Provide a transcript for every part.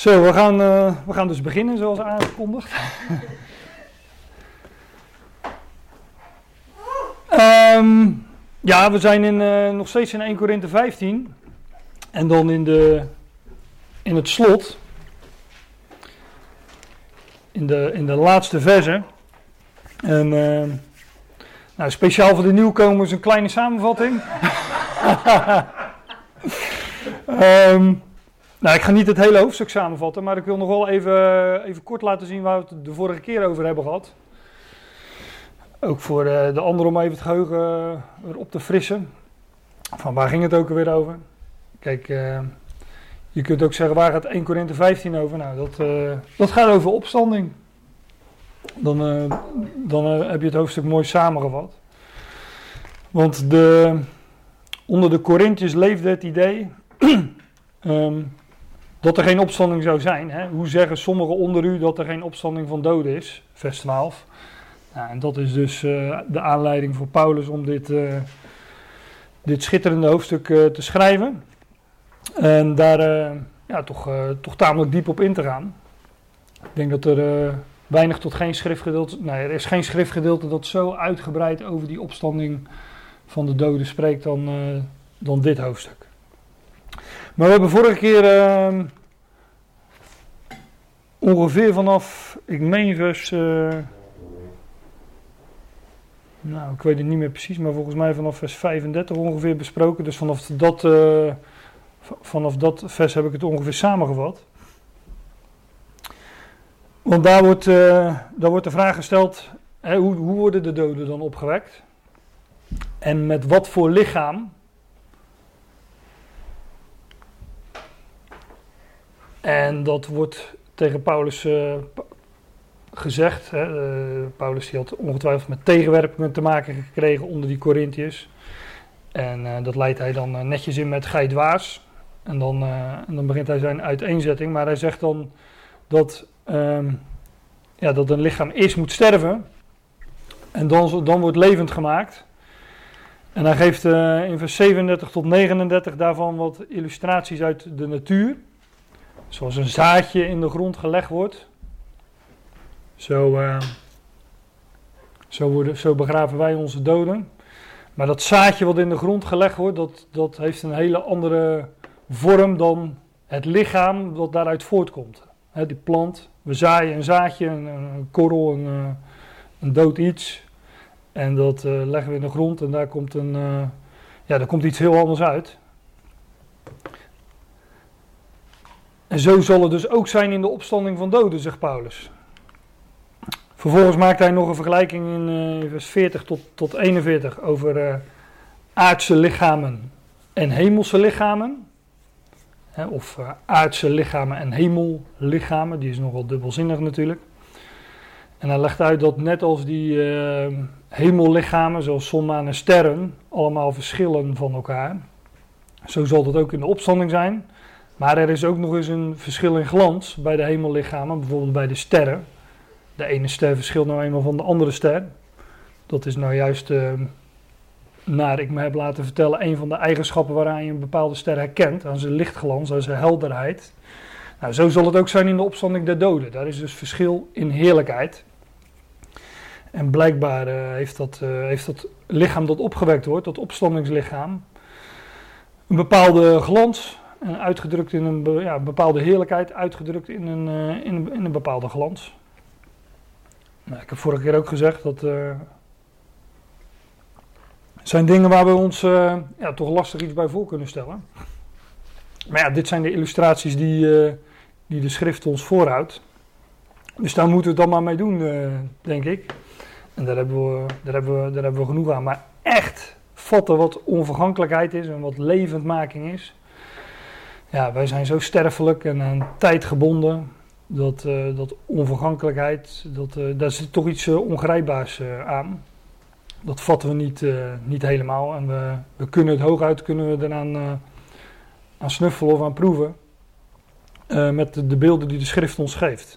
Zo, we gaan dus beginnen zoals aangekondigd. Ja, we zijn nog steeds in 1 Korinthe 15. En dan in het slot. In de laatste verse. En nou, speciaal voor de nieuwkomers een kleine samenvatting. Nou, ik ga niet het hele hoofdstuk samenvatten, maar ik wil nog wel even kort laten zien waar we het de vorige keer over hebben gehad. Ook voor de anderen om even het geheugen weer op te frissen. Van waar ging het ook weer over? Kijk, je kunt ook zeggen, waar gaat 1 Korinthe 15 over? Nou, dat gaat over opstanding. Dan heb je het hoofdstuk mooi samengevat. Want onder de Korinthiërs leefde het idee dat er geen opstanding zou zijn. Hè? Hoe zeggen sommigen onder u dat er geen opstanding van doden is? Vers 12. Nou, en dat is dus de aanleiding voor Paulus om dit schitterende hoofdstuk te schrijven. En daar toch tamelijk diep op in te gaan. Ik denk dat er weinig tot geen schriftgedeelte... Nee, er is geen schriftgedeelte dat zo uitgebreid over die opstanding van de doden spreekt dan dit hoofdstuk. Maar we hebben vorige keer ongeveer vanaf, ik meen vers... nou, ik weet het niet meer precies, maar volgens mij vanaf vers 35 ongeveer besproken. Dus vanaf dat vers heb ik het ongeveer samengevat. Want daar wordt de vraag gesteld, hoe worden de doden dan opgewekt? En met wat voor lichaam? En dat wordt tegen Paulus gezegd. Paulus die had ongetwijfeld met tegenwerpingen te maken gekregen onder die Korinthiërs. En dat leidt hij dan netjes in met gij dwaas. En dan begint hij zijn uiteenzetting. Maar hij zegt dan dat een lichaam eerst moet sterven. En dan wordt levend gemaakt. En hij geeft in vers 37 tot 39 daarvan wat illustraties uit de natuur. Zoals een zaadje in de grond gelegd wordt. Zo begraven wij onze doden. Maar dat zaadje wat in de grond gelegd wordt, dat heeft een hele andere vorm dan het lichaam dat daaruit voortkomt. Die plant, we zaaien een zaadje, een korrel, een dood iets. En dat leggen we in de grond en daar komt iets heel anders uit. En zo zal het dus ook zijn in de opstanding van doden, zegt Paulus. Vervolgens maakt hij nog een vergelijking in vers 40 tot 41 over aardse lichamen en hemelse lichamen. Of aardse lichamen en hemellichamen, die is nogal dubbelzinnig natuurlijk. En hij legt uit dat net als die hemellichamen, zoals zon, maan en sterren, allemaal verschillen van elkaar. Zo zal dat ook in de opstanding zijn. Maar er is ook nog eens een verschil in glans bij de hemellichamen, bijvoorbeeld bij de sterren. De ene ster verschilt nou eenmaal van de andere ster. Dat is nou juist, naar ik me heb laten vertellen, een van de eigenschappen waaraan je een bepaalde ster herkent. Aan zijn lichtglans, aan zijn helderheid. Nou, zo zal het ook zijn in de opstanding der doden. Daar is dus verschil in heerlijkheid. En blijkbaar heeft dat lichaam dat opgewekt wordt, dat opstandingslichaam, een bepaalde glans. En uitgedrukt in een bepaalde heerlijkheid, uitgedrukt in een bepaalde glans. Nou, ik heb vorige keer ook gezegd dat zijn dingen waar we ons toch lastig iets bij voor kunnen stellen. Maar ja, dit zijn de illustraties die de schrift ons voorhoudt. Dus daar moeten we het dan maar mee doen, denk ik. En daar hebben we genoeg aan. Maar echt vatten wat onvergankelijkheid is en wat levendmaking is. Ja, wij zijn zo sterfelijk en aan tijd gebonden. Dat onvergankelijkheid, daar zit toch iets ongrijpbaars aan. Dat vatten we niet helemaal. En we kunnen het hooguit eraan aan snuffelen of aan proeven. Met de beelden die de schrift ons geeft.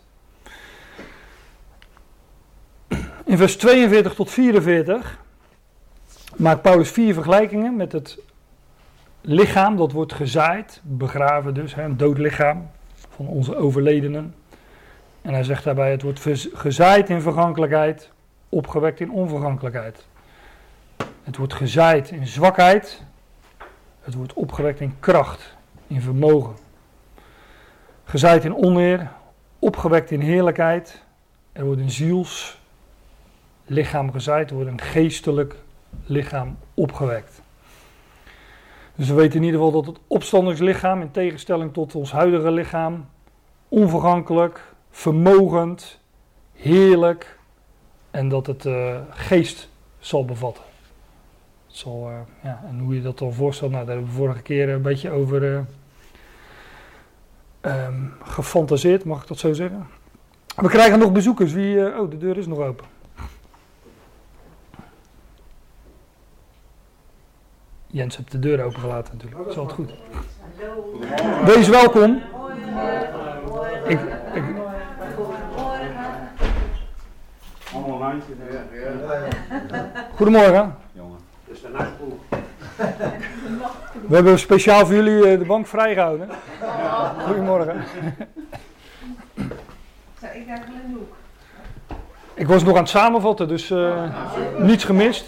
In vers 42 tot 44 maakt Paulus 4 vergelijkingen met het lichaam dat wordt gezaaid, begraven dus, een dood lichaam. van onze overledenen. En hij zegt daarbij, het wordt gezaaid in vergankelijkheid, opgewekt in onvergankelijkheid. Het wordt gezaaid in zwakheid, het wordt opgewekt in kracht, in vermogen. Gezaaid in oneer, opgewekt in heerlijkheid. Er wordt een zielslichaam gezaaid, er wordt een geestelijk lichaam opgewekt. Dus we weten in ieder geval dat het opstandingslichaam, in tegenstelling tot ons huidige lichaam, onvergankelijk, vermogend, heerlijk en dat het geest zal bevatten. Het zal, en hoe je dat dan voorstelt, nou, daar hebben we vorige keer een beetje over gefantaseerd, mag ik dat zo zeggen. We krijgen nog bezoekers. De deur is nog open. Jens hebt de deur opengelaten natuurlijk, dat is altijd goed. Wees welkom. Goedemorgen. We hebben speciaal voor jullie de bank vrijgehouden. Goedemorgen. Ik was nog aan het samenvatten, dus niets gemist.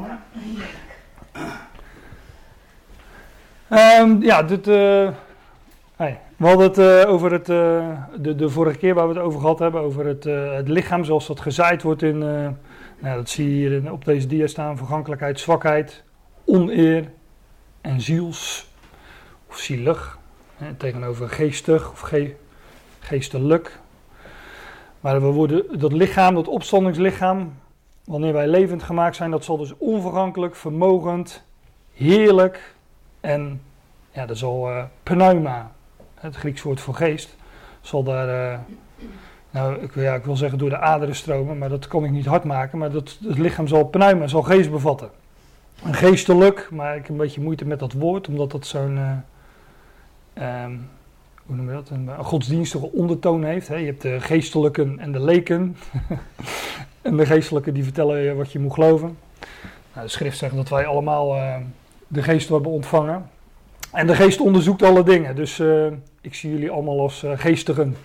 We hadden het over de vorige keer waar we het over gehad hebben, over het lichaam zoals dat gezaaid wordt in, dat zie je hier op deze dia staan, vergankelijkheid, zwakheid, oneer en ziels, of zielig, tegenover geestig of geestelijk. Maar dat lichaam, dat opstandingslichaam, wanneer wij levend gemaakt zijn, dat zal dus onvergankelijk, vermogend, heerlijk en dat zal pneuma, het Grieks woord voor geest, zal daar, ik wil zeggen door de aderen stromen, maar dat kan ik niet hard maken, maar het lichaam zal pneuma, zal geest bevatten. Een geestelijk, maar ik heb een beetje moeite met dat woord, omdat dat zo'n, hoe noem je dat, een godsdienstige ondertoon heeft. Hè? Je hebt de geestelijken en de leken. En de geestelijken die vertellen je wat je moet geloven. Nou, de schrift zegt dat wij allemaal de geest hebben ontvangen. En de geest onderzoekt alle dingen, dus ik zie jullie allemaal als geestigen.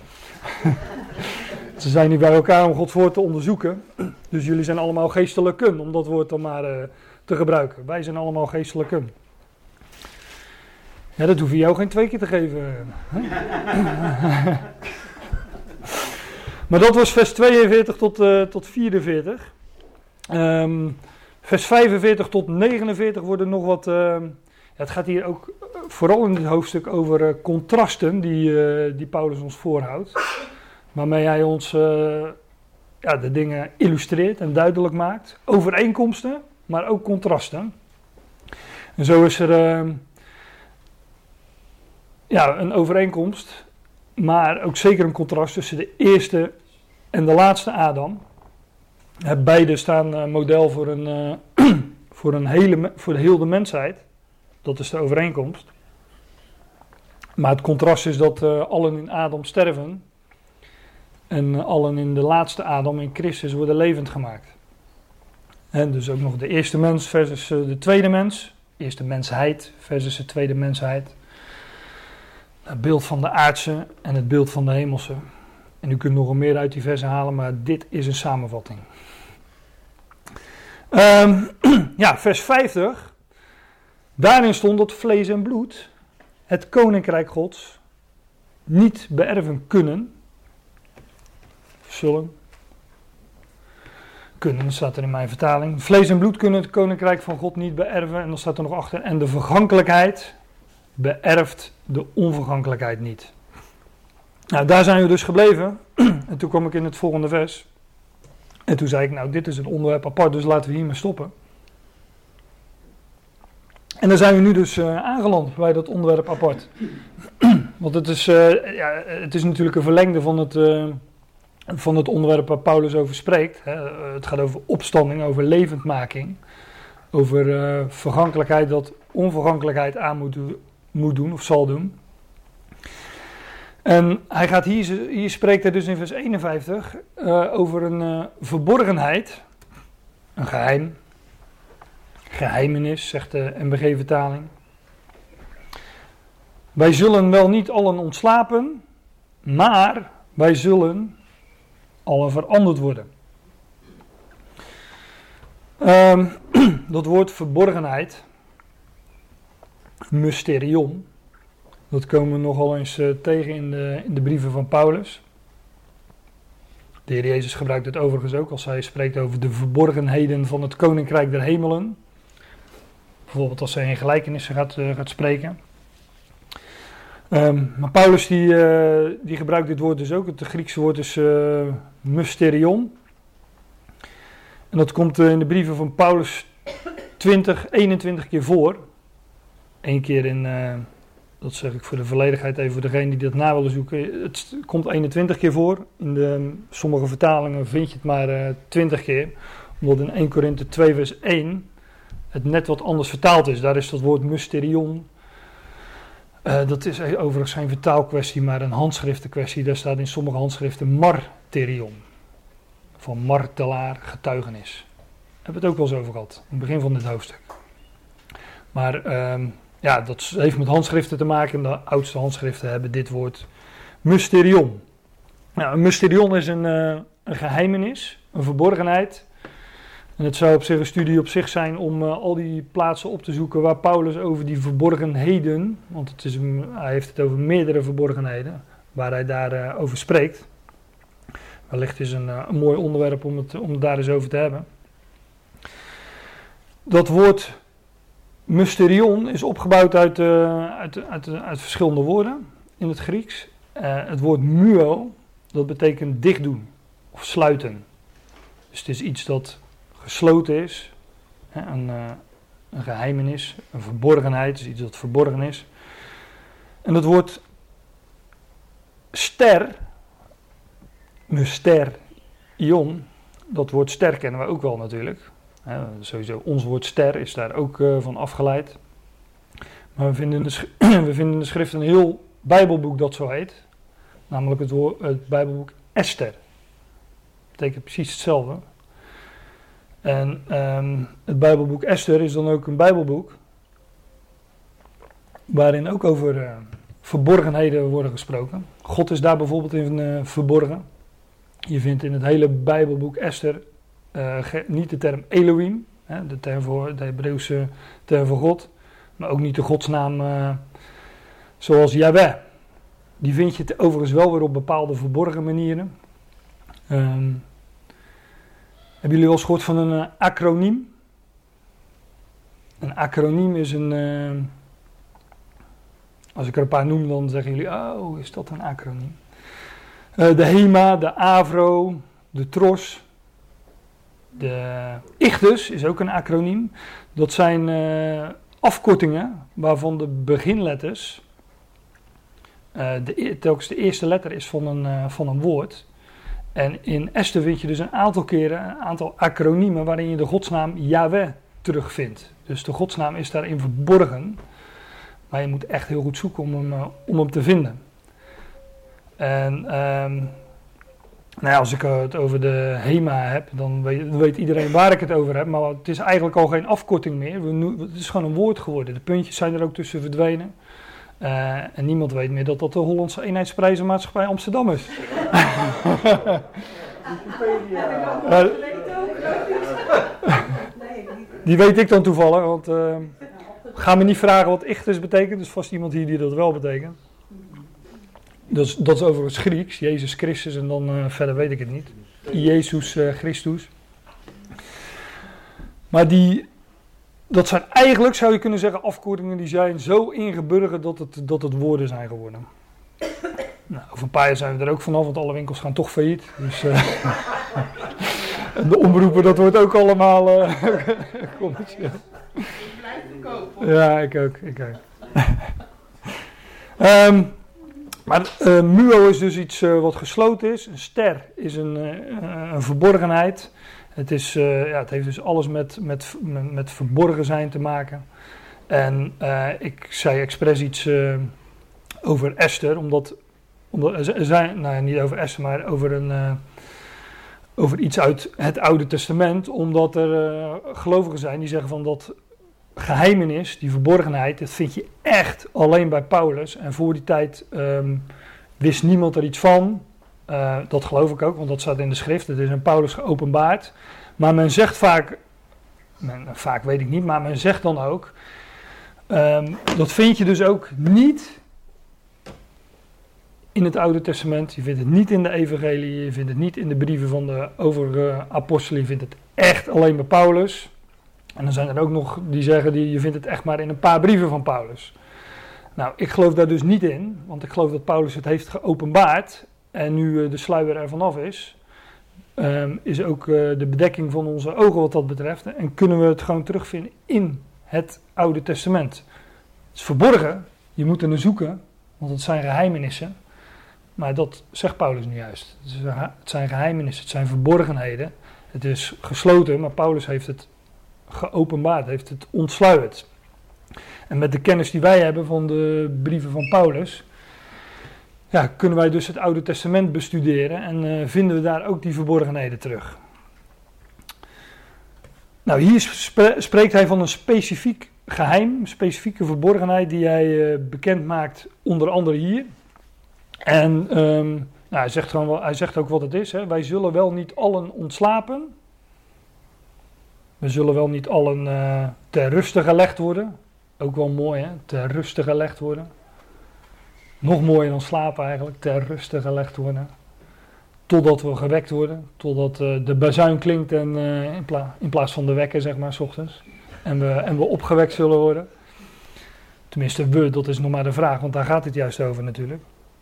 Ze zijn hier bij elkaar om Gods woord te onderzoeken. Dus jullie zijn allemaal geestelijken, om dat woord dan maar te gebruiken. Wij zijn allemaal geestelijken. Ja, dat hoef je jou geen 2 keer te geven. Maar dat was vers 42 tot 44. Vers 45 tot 49 worden nog wat... het gaat hier ook vooral in dit hoofdstuk over contrasten die Paulus ons voorhoudt. Waarmee hij ons de dingen illustreert en duidelijk maakt. Overeenkomsten, maar ook contrasten. En zo is er een overeenkomst, maar ook zeker een contrast tussen de eerste en de laatste Adam. Beide staan model voor heel de mensheid. Dat is de overeenkomst. Maar het contrast is dat allen in Adam sterven. En allen in de laatste Adam, in Christus, worden levend gemaakt. En dus ook nog de eerste mens versus de tweede mens. Eerste mensheid versus de tweede mensheid. Het beeld van de aardse en het beeld van de hemelse. En u kunt nog meer uit die versen halen, maar dit is een samenvatting. Vers 50. Daarin stond dat vlees en bloed het koninkrijk Gods niet beërven kunnen. Zullen. Kunnen, staat er in mijn vertaling. Vlees en bloed kunnen het koninkrijk van God niet beërven. En dan staat er nog achter. En de vergankelijkheid beërft de onvergankelijkheid niet. Nou, daar zijn we dus gebleven. En toen kwam ik in het volgende vers. En toen zei ik, dit is een onderwerp apart, dus laten we hiermee stoppen. En dan zijn we nu dus aangeland bij dat onderwerp apart. Want het is natuurlijk een verlengde van het onderwerp waar Paulus over spreekt. Het gaat over opstanding, over levendmaking. Over vergankelijkheid dat onvergankelijkheid aan moet doen of zal doen. En hij gaat hier spreekt hij dus in vers 51 over een verborgenheid, een geheim, geheimenis, zegt de NBG-vertaling. Wij zullen wel niet allen ontslapen, maar wij zullen allen veranderd worden. Dat woord verborgenheid, mysterion, dat komen we nogal eens tegen in de brieven van Paulus. De Heer Jezus gebruikt het overigens ook als hij spreekt over de verborgenheden van het Koninkrijk der Hemelen. Bijvoorbeeld als hij in gelijkenissen gaat spreken. Maar Paulus die gebruikt dit woord dus ook. Het Griekse woord is mysterion. En dat komt in de brieven van Paulus 21 keer voor. Eén keer in, dat zeg ik voor de volledigheid even voor degene die dat na willen zoeken. Het komt 21 keer voor. In sommige vertalingen vind je het maar 20 keer. Omdat in 1 Korinthe 2 vers 1 het net wat anders vertaald is. Daar is dat woord mysterion. Dat is overigens geen vertaalkwestie, maar een handschriftenkwestie. Daar staat in sommige handschriften marterion. Van martelaar, getuigenis. Daar hebben we het ook wel eens over gehad, in het begin van dit hoofdstuk. Maar dat heeft met handschriften te maken. De oudste handschriften hebben dit woord mysterion. Nou, een mysterion is een geheimenis, een verborgenheid. En het zou op zich een studie op zich zijn om al die plaatsen op te zoeken waar Paulus over die verborgenheden, want hij heeft het over meerdere verborgenheden, waar hij daar over spreekt. Wellicht is een mooi onderwerp om het daar eens over te hebben. Dat woord mysterion is opgebouwd uit verschillende woorden in het Grieks. Het woord muo, dat betekent dicht doen of sluiten. Dus het is iets dat gesloten is, een geheimenis, een verborgenheid, dus iets dat verborgen is. En dat woord ster, mysterion, dat woord ster kennen we ook wel natuurlijk. Sowieso, ons woord ster is daar ook van afgeleid. Maar we vinden in de schrift een heel Bijbelboek dat zo heet. Namelijk het Bijbelboek Esther. Dat betekent precies hetzelfde. En het Bijbelboek Esther is dan ook een Bijbelboek waarin ook over verborgenheden worden gesproken. God is daar bijvoorbeeld in verborgen. Je vindt in het hele Bijbelboek Esther niet de term Elohim, de Hebreeuwse term voor God, maar ook niet de godsnaam zoals Yahweh. Die vind je overigens wel weer op bepaalde verborgen manieren. Hebben jullie wel eens gehoord van een acroniem? Een acroniem is als ik er een paar noem, dan zeggen jullie, oh, is dat een acroniem? De HEMA, de AVRO, de TROS, de ICHTUS is ook een acroniem. Dat zijn afkortingen waarvan de beginletters, telkens de eerste letter is van een woord. En in Esther vind je dus een aantal keren een aantal acroniemen waarin je de godsnaam Yahweh terugvindt. Dus de godsnaam is daarin verborgen, maar je moet echt heel goed zoeken om hem te vinden. En als ik het over de HEMA heb, dan weet iedereen waar ik het over heb, maar het is eigenlijk al geen afkorting meer. Het is gewoon een woord geworden. De puntjes zijn er ook tussen verdwenen. En niemand weet meer dat de Hollandse Eenheidsprijzenmaatschappij Amsterdam is. Die weet ik dan toevallig, want ga me niet vragen wat ichthus betekent, dus vast iemand hier die dat wel betekent. Dus, dat is overigens Grieks, Jezus Christus en dan verder weet ik het niet. Jezus Christus. Maar dat zijn eigenlijk, zou je kunnen zeggen, afkortingen die zijn zo ingeburgerd dat het woorden zijn geworden. Nou, over een paar jaar zijn we er ook vanaf, want alle winkels gaan toch failliet. Dus, en de omroepen, dat wordt ook allemaal commercieel. Ik blijf verkopen. Ja, ik ook. Maar muo is dus iets wat gesloten is. Een ster is een verborgenheid. Het heeft dus alles met verborgen zijn te maken. En ik zei expres iets over Esther, omdat niet over Esther, maar over iets uit het Oude Testament. Omdat er gelovigen zijn die zeggen van dat geheimenis, die verborgenheid, dat vind je echt alleen bij Paulus. En voor die tijd wist niemand er iets van. Dat geloof ik ook, want dat staat in de schrift. Het is aan Paulus geopenbaard. Maar men zegt vaak weet ik niet, maar men zegt dan ook, dat vind je dus ook niet in het Oude Testament. Je vindt het niet in de evangelie, je vindt het niet in de brieven van de overige apostelen, je vindt het echt alleen bij Paulus. En dan zijn er ook nog die zeggen, je vindt het echt maar in een paar brieven van Paulus. Nou, ik geloof daar dus niet in, want ik geloof dat Paulus het heeft geopenbaard. En nu de sluier er vanaf is ook de bedekking van onze ogen wat dat betreft. En kunnen we het gewoon terugvinden in het Oude Testament. Het is verborgen, je moet er naar zoeken, want het zijn geheimenissen. Maar dat zegt Paulus nu juist. Het zijn geheimenissen, het zijn verborgenheden. Het is gesloten, maar Paulus heeft het geopenbaard, heeft het ontsluierd. En met de kennis die wij hebben van de brieven van Paulus, ja, kunnen wij dus het Oude Testament bestuderen en vinden we daar ook die verborgenheden terug. Nou, hier spreekt hij van een specifiek geheim, een specifieke verborgenheid die hij bekend maakt, onder andere hier. En hij zegt ook wat het is. Hè. Wij zullen wel niet allen ontslapen. We zullen wel niet allen ter ruste gelegd worden. Ook wel mooi, hè? Ter ruste gelegd worden. Nog mooier dan slapen eigenlijk, ter ruste gelegd worden. Totdat we gewekt worden, totdat de bazuin klinkt en in plaats van de wekker, zeg maar, 's ochtends. En we opgewekt zullen worden. Tenminste, dat is nog maar de vraag, want daar gaat het juist over natuurlijk.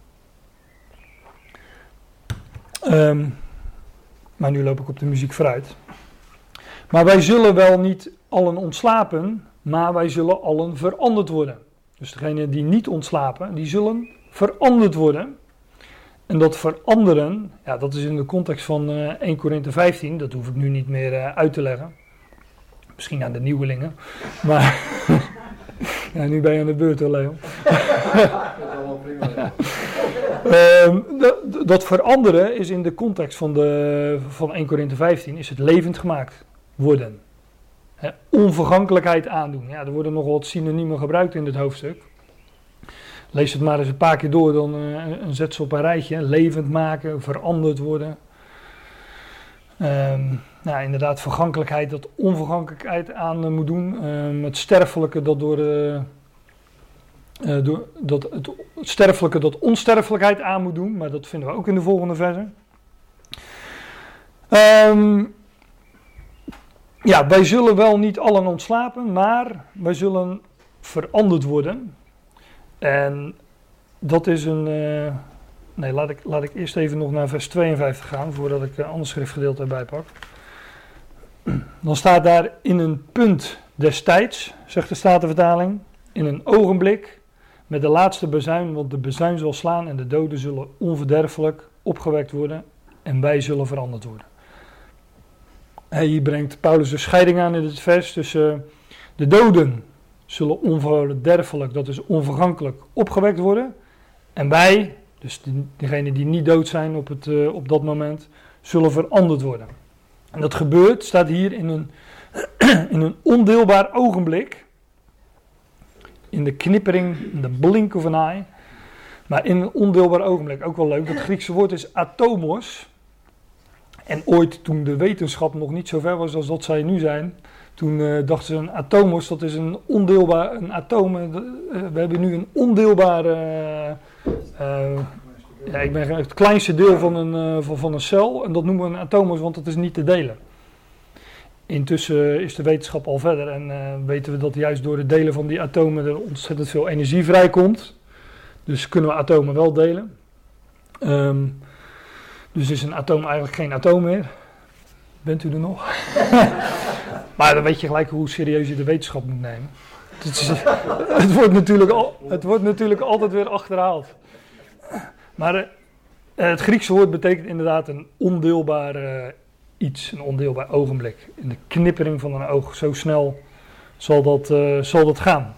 Maar nu loop ik op de muziek vooruit. Maar wij zullen wel niet allen ontslapen, maar wij zullen allen veranderd worden. Dus degenen die niet ontslapen, die zullen veranderd worden. En dat veranderen, ja, dat is in de context van 1 Korinthe 15, dat hoef ik nu niet meer uit te leggen. Misschien aan de nieuwelingen. Maar ja, nu ben je aan de beurt hoor, Leon. Dat veranderen is in de context van 1 Korinthe 15, is het levend gemaakt worden. Onvergankelijkheid aandoen. Ja, er worden nog wat synoniemen gebruikt in dit hoofdstuk. Lees het maar eens een paar keer door, dan zet ze op een rijtje. Levend maken, veranderd worden. Inderdaad, vergankelijkheid dat onvergankelijkheid aan moet doen. Het sterfelijke dat het sterfelijke dat onsterfelijkheid aan moet doen. Maar dat vinden we ook in de volgende versen. Ja, wij zullen wel niet allen ontslapen, maar wij zullen veranderd worden. En dat is laat ik eerst even nog naar vers 52 gaan, voordat ik een ander schriftgedeelte erbij pak. Dan staat daar in een punt des tijds, zegt de Statenvertaling, in een ogenblik, met de laatste bazuin, want de bazuin zal slaan en de doden zullen onverderfelijk opgewekt worden en wij zullen veranderd worden. Hier brengt Paulus de scheiding aan in het vers tussen de doden zullen onverderfelijk, dat is onvergankelijk, opgewekt worden. En wij, dus degenen die niet dood zijn op dat moment, zullen veranderd worden. En dat gebeurt, staat hier in een ondeelbaar ogenblik. In de knippering, in de blink of an eye. Maar in een ondeelbaar ogenblik, ook wel leuk, dat Griekse woord is atomos. En ooit, toen de wetenschap nog niet zo ver was als dat zij nu zijn, toen dachten ze een atomos, dat is een atoom. We hebben nu een ondeelbare, het kleinste deel van een cel. En dat noemen we een atomos, want dat is niet te delen. Intussen is de wetenschap al verder en weten we dat juist door het delen van die atomen er ontzettend veel energie vrijkomt. Dus kunnen we atomen wel delen. Dus is een atoom eigenlijk geen atoom meer. Bent u er nog? Maar dan weet je gelijk hoe serieus je de wetenschap moet nemen. Het wordt natuurlijk altijd weer achterhaald. Maar het Griekse woord betekent inderdaad een ondeelbaar iets, een ondeelbaar ogenblik. In de knippering van een oog, zo snel zal dat gaan.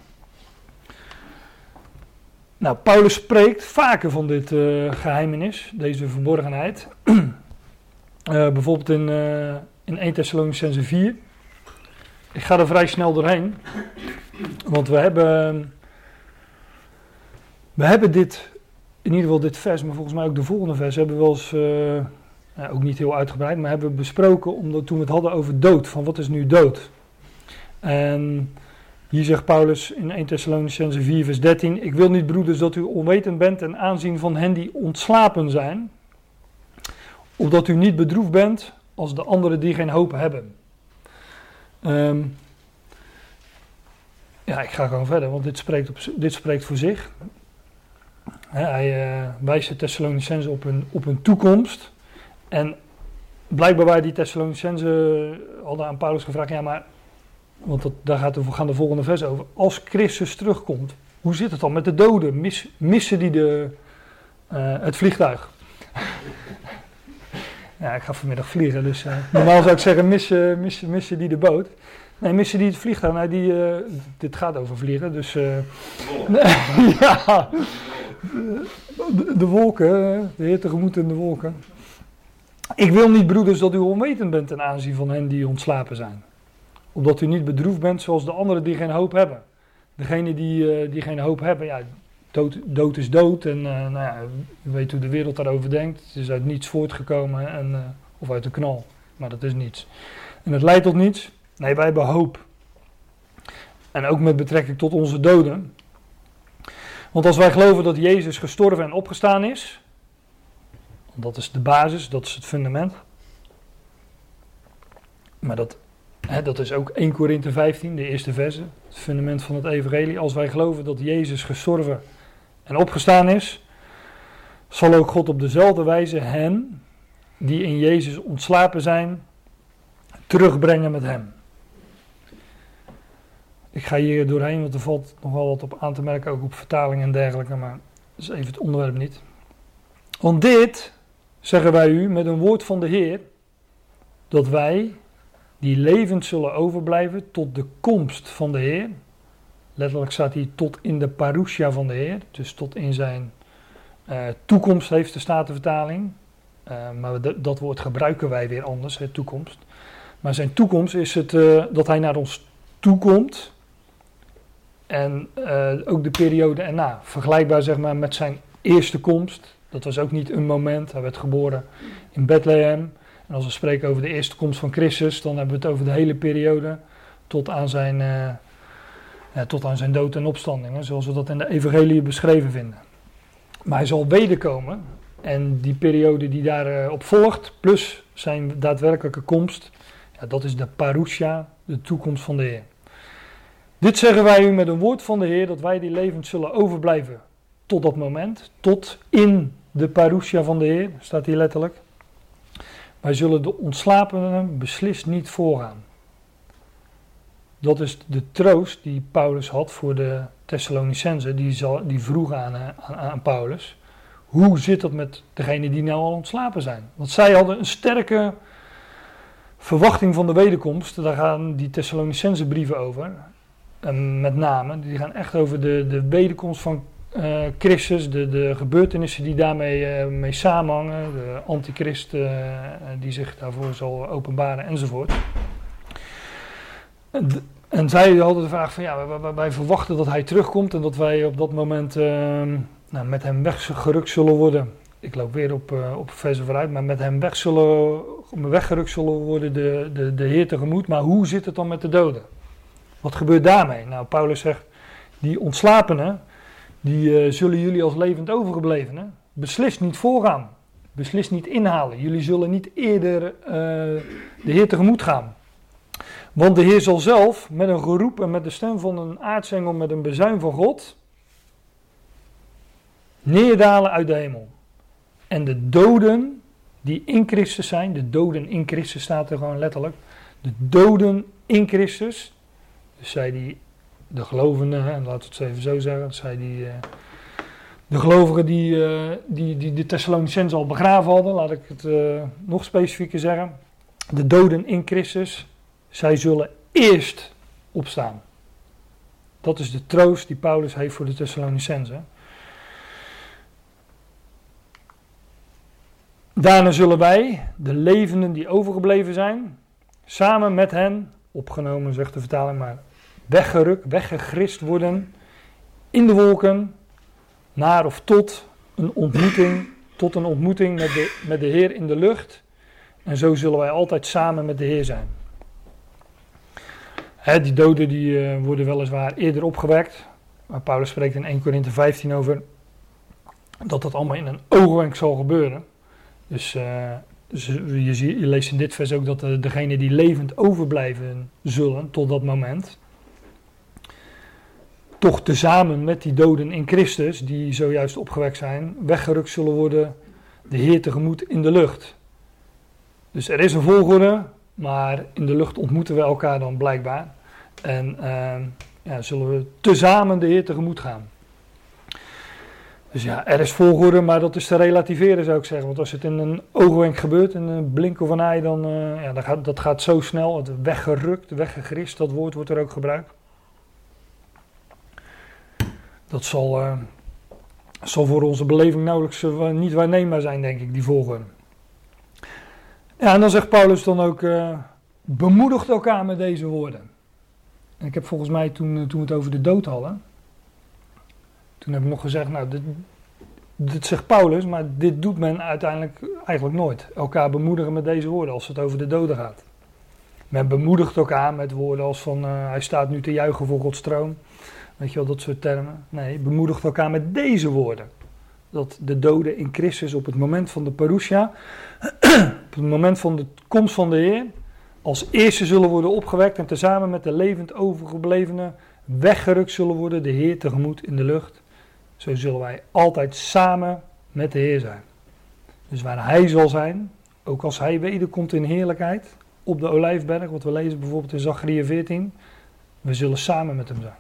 Nou, Paulus spreekt vaker van dit geheimenis, deze verborgenheid. Bijvoorbeeld in 1 Thessalonicenzen 4. Ik ga er vrij snel doorheen. Want we hebben dit in ieder geval dit vers, maar volgens mij ook de volgende vers, hebben we wel eens, ook niet heel uitgebreid, maar hebben we besproken, omdat toen we het hadden over dood, van wat is nu dood? En hier zegt Paulus in 1 Thessalonicenzen 4 vers 13, ik wil niet, broeders, dat u onwetend bent ten aanzien van hen die ontslapen zijn, opdat u niet bedroefd bent als de anderen die geen hoop hebben. Ja, ik ga gewoon verder, want dit spreekt voor zich. Hij wijst de Thessalonicenzen op hun toekomst. En blijkbaar waren die Thessalonicenzen hadden aan Paulus gevraagd, ja maar, want daar gaan de volgende vers over. Als Christus terugkomt, hoe zit het dan met de doden? Missen die het vliegtuig? Ja, ik ga vanmiddag vliegen, dus normaal zou ik zeggen missen die de boot. Nee, missen die het vliegtuig? Nou, dit gaat over vliegen, dus... ja, de wolken, de Heer tegemoet in de wolken. Ik wil niet, broeders, dat u onwetend bent ten aanzien van hen die ontslapen zijn. Opdat u niet bedroefd bent zoals de anderen die geen hoop hebben. Degene die geen hoop hebben, ja, dood is dood. En nou ja, u weet hoe de wereld daarover denkt. Het is uit niets voortgekomen, of uit een knal. Maar dat is niets. En het leidt tot niets. Nee, wij hebben hoop. En ook met betrekking tot onze doden. Want als wij geloven dat Jezus gestorven en opgestaan is, dat is de basis, dat is het fundament. Maar dat is ook 1 Korinthe 15, de eerste verse, het fundament van het evangelie. Als wij geloven dat Jezus gestorven en opgestaan is, zal ook God op dezelfde wijze hen, die in Jezus ontslapen zijn, terugbrengen met hem. Ik ga hier doorheen, want er valt nog wel wat op aan te merken, ook op vertaling en dergelijke, maar dat is even het onderwerp niet. Want dit zeggen wij u met een woord van de Heer, dat wij, die levend zullen overblijven tot de komst van de Heer, letterlijk staat hier tot in de parousia van de Heer, dus tot in zijn toekomst heeft de Statenvertaling, maar dat woord gebruiken wij weer anders, toekomst. Maar zijn toekomst is het dat hij naar ons toekomt. En ook de periode erna. Vergelijkbaar zeg maar met zijn eerste komst. Dat was ook niet een moment. Hij werd geboren in Bethlehem. En als we spreken over de eerste komst van Christus, dan hebben we het over de hele periode tot aan zijn dood en opstanding. Hè, zoals we dat in de evangelie beschreven vinden. Maar hij zal wederkomen. En die periode die daarop volgt, plus zijn daadwerkelijke komst, ja, dat is de parousia, de toekomst van de Heer. Dit zeggen wij u met een woord van de Heer, dat wij die levend zullen overblijven tot dat moment, tot in de parousia van de Heer, staat hier letterlijk. Wij zullen de ontslapenen beslist niet voorgaan. Dat is de troost die Paulus had voor de Thessalonicenzen, die vroeg aan Paulus. Hoe zit dat met degenen die nou al ontslapen zijn? Want zij hadden een sterke verwachting van de wederkomst. Daar gaan die Thessalonicense brieven over. En met name, die gaan echt over de wederkomst van Christus. De gebeurtenissen die daarmee mee samenhangen. De antichrist die zich daarvoor zal openbaren enzovoort. En zij hadden de vraag van ja, wij verwachten dat hij terugkomt. En dat wij op dat moment met hem weggerukt zullen worden. Ik loop weer op versen vooruit, maar met hem weggerukt zullen worden de Heer tegemoet. Maar hoe zit het dan met de doden? Wat gebeurt daarmee? Nou, Paulus zegt, die ontslapenen, die zullen jullie als levend overgeblevenen beslist niet voorgaan. Beslist niet inhalen. Jullie zullen niet eerder de Heer tegemoet gaan. Want de Heer zal zelf met een geroep en met de stem van een aartsengel met een bezuin van God neerdalen uit de hemel. En de doden die in Christus zijn, de doden in Christus staat er gewoon letterlijk, de doden in Christus, dus zij die, de gelovenden, en laten we het even zo zeggen, zij die, de gelovigen die de Thessalonicenzen al begraven hadden, laat ik het nog specifieker zeggen, de doden in Christus, zij zullen eerst opstaan. Dat is de troost die Paulus heeft voor de Thessalonicenzen. Daarna zullen wij, de levenden die overgebleven zijn, samen met hen, opgenomen zegt de vertaling, maar weggerukt, weggegrist worden in de wolken, naar of tot een ontmoeting met de Heer in de lucht. En zo zullen wij altijd samen met de Heer zijn. Die doden die worden weliswaar eerder opgewekt. Maar Paulus spreekt in 1 Korinthe 15 over dat dat allemaal in een oogwenk zal gebeuren. Dus je leest in dit vers ook dat degenen die levend overblijven zullen tot dat moment, toch tezamen met die doden in Christus, die zojuist opgewekt zijn, weggerukt zullen worden de Heer tegemoet in de lucht. Dus er is een volgorde, maar in de lucht ontmoeten we elkaar dan blijkbaar. En zullen we tezamen de Heer tegemoet gaan. Dus ja, er is volgorde, maar dat is te relativeren zou ik zeggen. Want als het in een oogwenk gebeurt, in een blink of een ei, dan dat gaat zo snel. Het weggerukt, weggegrist, dat woord wordt er ook gebruikt. Dat zal voor onze beleving nauwelijks niet waarneembaar zijn, denk ik, die volgorde. Ja, en dan zegt Paulus dan ook, bemoedigt elkaar met deze woorden. En ik heb volgens mij, toen we het over de dood hadden, toen heb ik nog gezegd, nou, dit zegt Paulus, maar dit doet men uiteindelijk eigenlijk nooit. Elkaar bemoedigen met deze woorden als het over de doden gaat. Men bemoedigt elkaar met woorden als van, hij staat nu te juichen voor Gods troon. Weet je wel, dat soort termen. Nee, bemoedigt elkaar met deze woorden. Dat de doden in Christus op het moment van de parousia, op het moment van de komst van de Heer, als eerste zullen worden opgewekt en tezamen met de levend overgeblevenen weggerukt zullen worden de Heer tegemoet in de lucht. Zo zullen wij altijd samen met de Heer zijn. Dus waar Hij zal zijn, ook als Hij wederkomt in heerlijkheid, op de Olijfberg, wat we lezen bijvoorbeeld in Zacharia 14, we zullen samen met Hem zijn.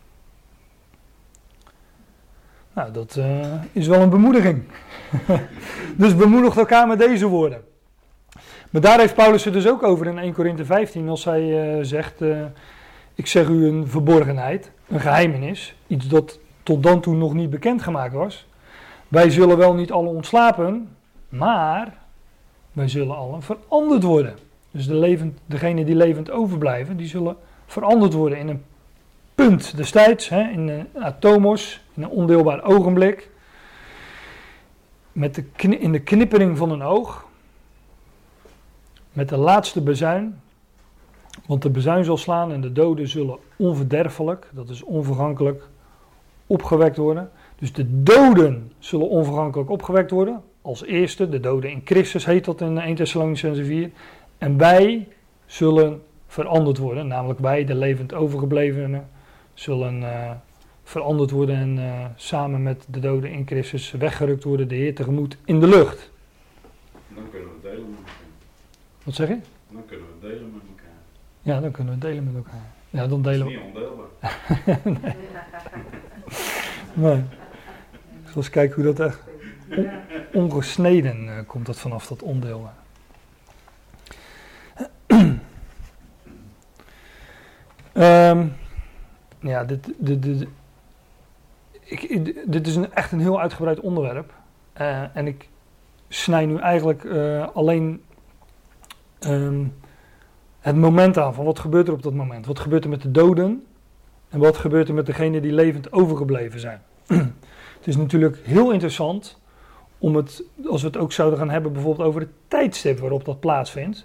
Nou, dat is wel een bemoediging. Dus bemoedigt elkaar met deze woorden. Maar daar heeft Paulus het dus ook over in 1 Korinthe 15, als hij zegt, ik zeg u een verborgenheid, een geheimenis, iets dat tot dan toe nog niet bekendgemaakt was. Wij zullen wel niet alle ontslapen, maar wij zullen allen veranderd worden. Dus degenen die levend overblijven, die zullen veranderd worden in een punt destijds, in een atomos, in een ondeelbaar ogenblik, in de knippering van een oog, met de laatste bezuin, want de bezuin zal slaan en de doden zullen onverderfelijk, dat is onvergankelijk, opgewekt worden. Dus de doden zullen onvergankelijk opgewekt worden, als eerste, de doden in Christus heet dat in 1 Thessalonicenzen 4, en wij zullen veranderd worden, namelijk wij, de levend overgeblevenen, zullen veranderd worden en samen met de doden in Christus weggerukt worden de Heer tegemoet in de lucht. Dan kunnen we delen met elkaar. Wat zeg je? Dan kunnen we delen met elkaar. Ja, dan kunnen we delen met elkaar. Ja, dan delen we. Dat is niet ondeelbaar. Nee. Ik zal eens kijken hoe dat echt ongesneden komt dat vanaf dat ondeelbaar. Ja, dit is echt een heel uitgebreid onderwerp. En ik snij nu eigenlijk alleen het moment aan van wat gebeurt er op dat moment. Wat gebeurt er met de doden en wat gebeurt er met degenen die levend overgebleven zijn. Het is natuurlijk heel interessant om het, als we het ook zouden gaan hebben bijvoorbeeld over het tijdstip waarop dat plaatsvindt.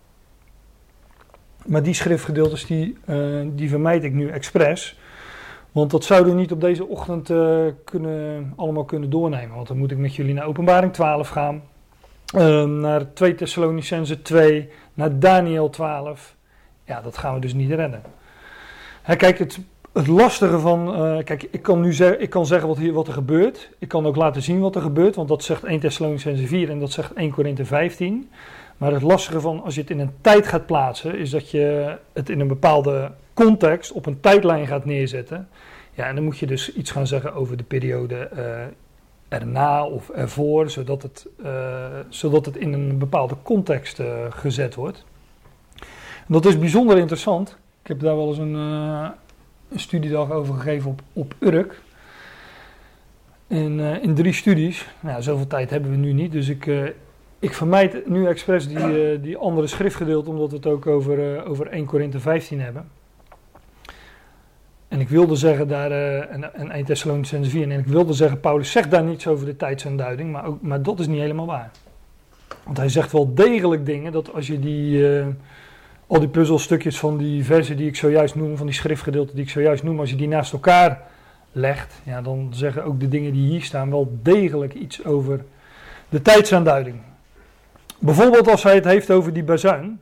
Maar die schriftgedeeltes die vermijd ik nu expres. Want dat zouden we niet op deze ochtend allemaal kunnen doornemen. Want dan moet ik met jullie naar Openbaring 12 gaan. Naar 2 Thessalonicenzen 2. Naar Daniel 12. Ja, dat gaan we dus niet redden. Kijk, het lastige van... kijk, ik kan zeggen wat er gebeurt. Ik kan ook laten zien wat er gebeurt. Want dat zegt 1 Thessalonicenzen 4 en dat zegt 1 Korinthe 15. Maar het lastige van als je het in een tijd gaat plaatsen, is dat je het in een bepaalde context op een tijdlijn gaat neerzetten. Ja, en dan moet je dus iets gaan zeggen over de periode erna of ervoor, zodat het in een bepaalde context gezet wordt. En dat is bijzonder interessant. Ik heb daar wel eens een studiedag over gegeven op Urk. In 3 studies. Nou, zoveel tijd hebben we nu niet, dus ik vermijd nu expres die andere schriftgedeelte, omdat we het ook over 1 Korinthe 15 hebben. En ik wilde zeggen daar, en 1 Thessalonicenzen 4, en ik wilde zeggen, Paulus zegt daar niets over de tijdsaanduiding, maar dat is niet helemaal waar. Want hij zegt wel degelijk dingen, dat als je al die puzzelstukjes van die versen die ik zojuist noem, van die schriftgedeelten die ik zojuist noem, als je die naast elkaar legt, ja, dan zeggen ook de dingen die hier staan wel degelijk iets over de tijdsaanduiding. Bijvoorbeeld als hij het heeft over die bazuin.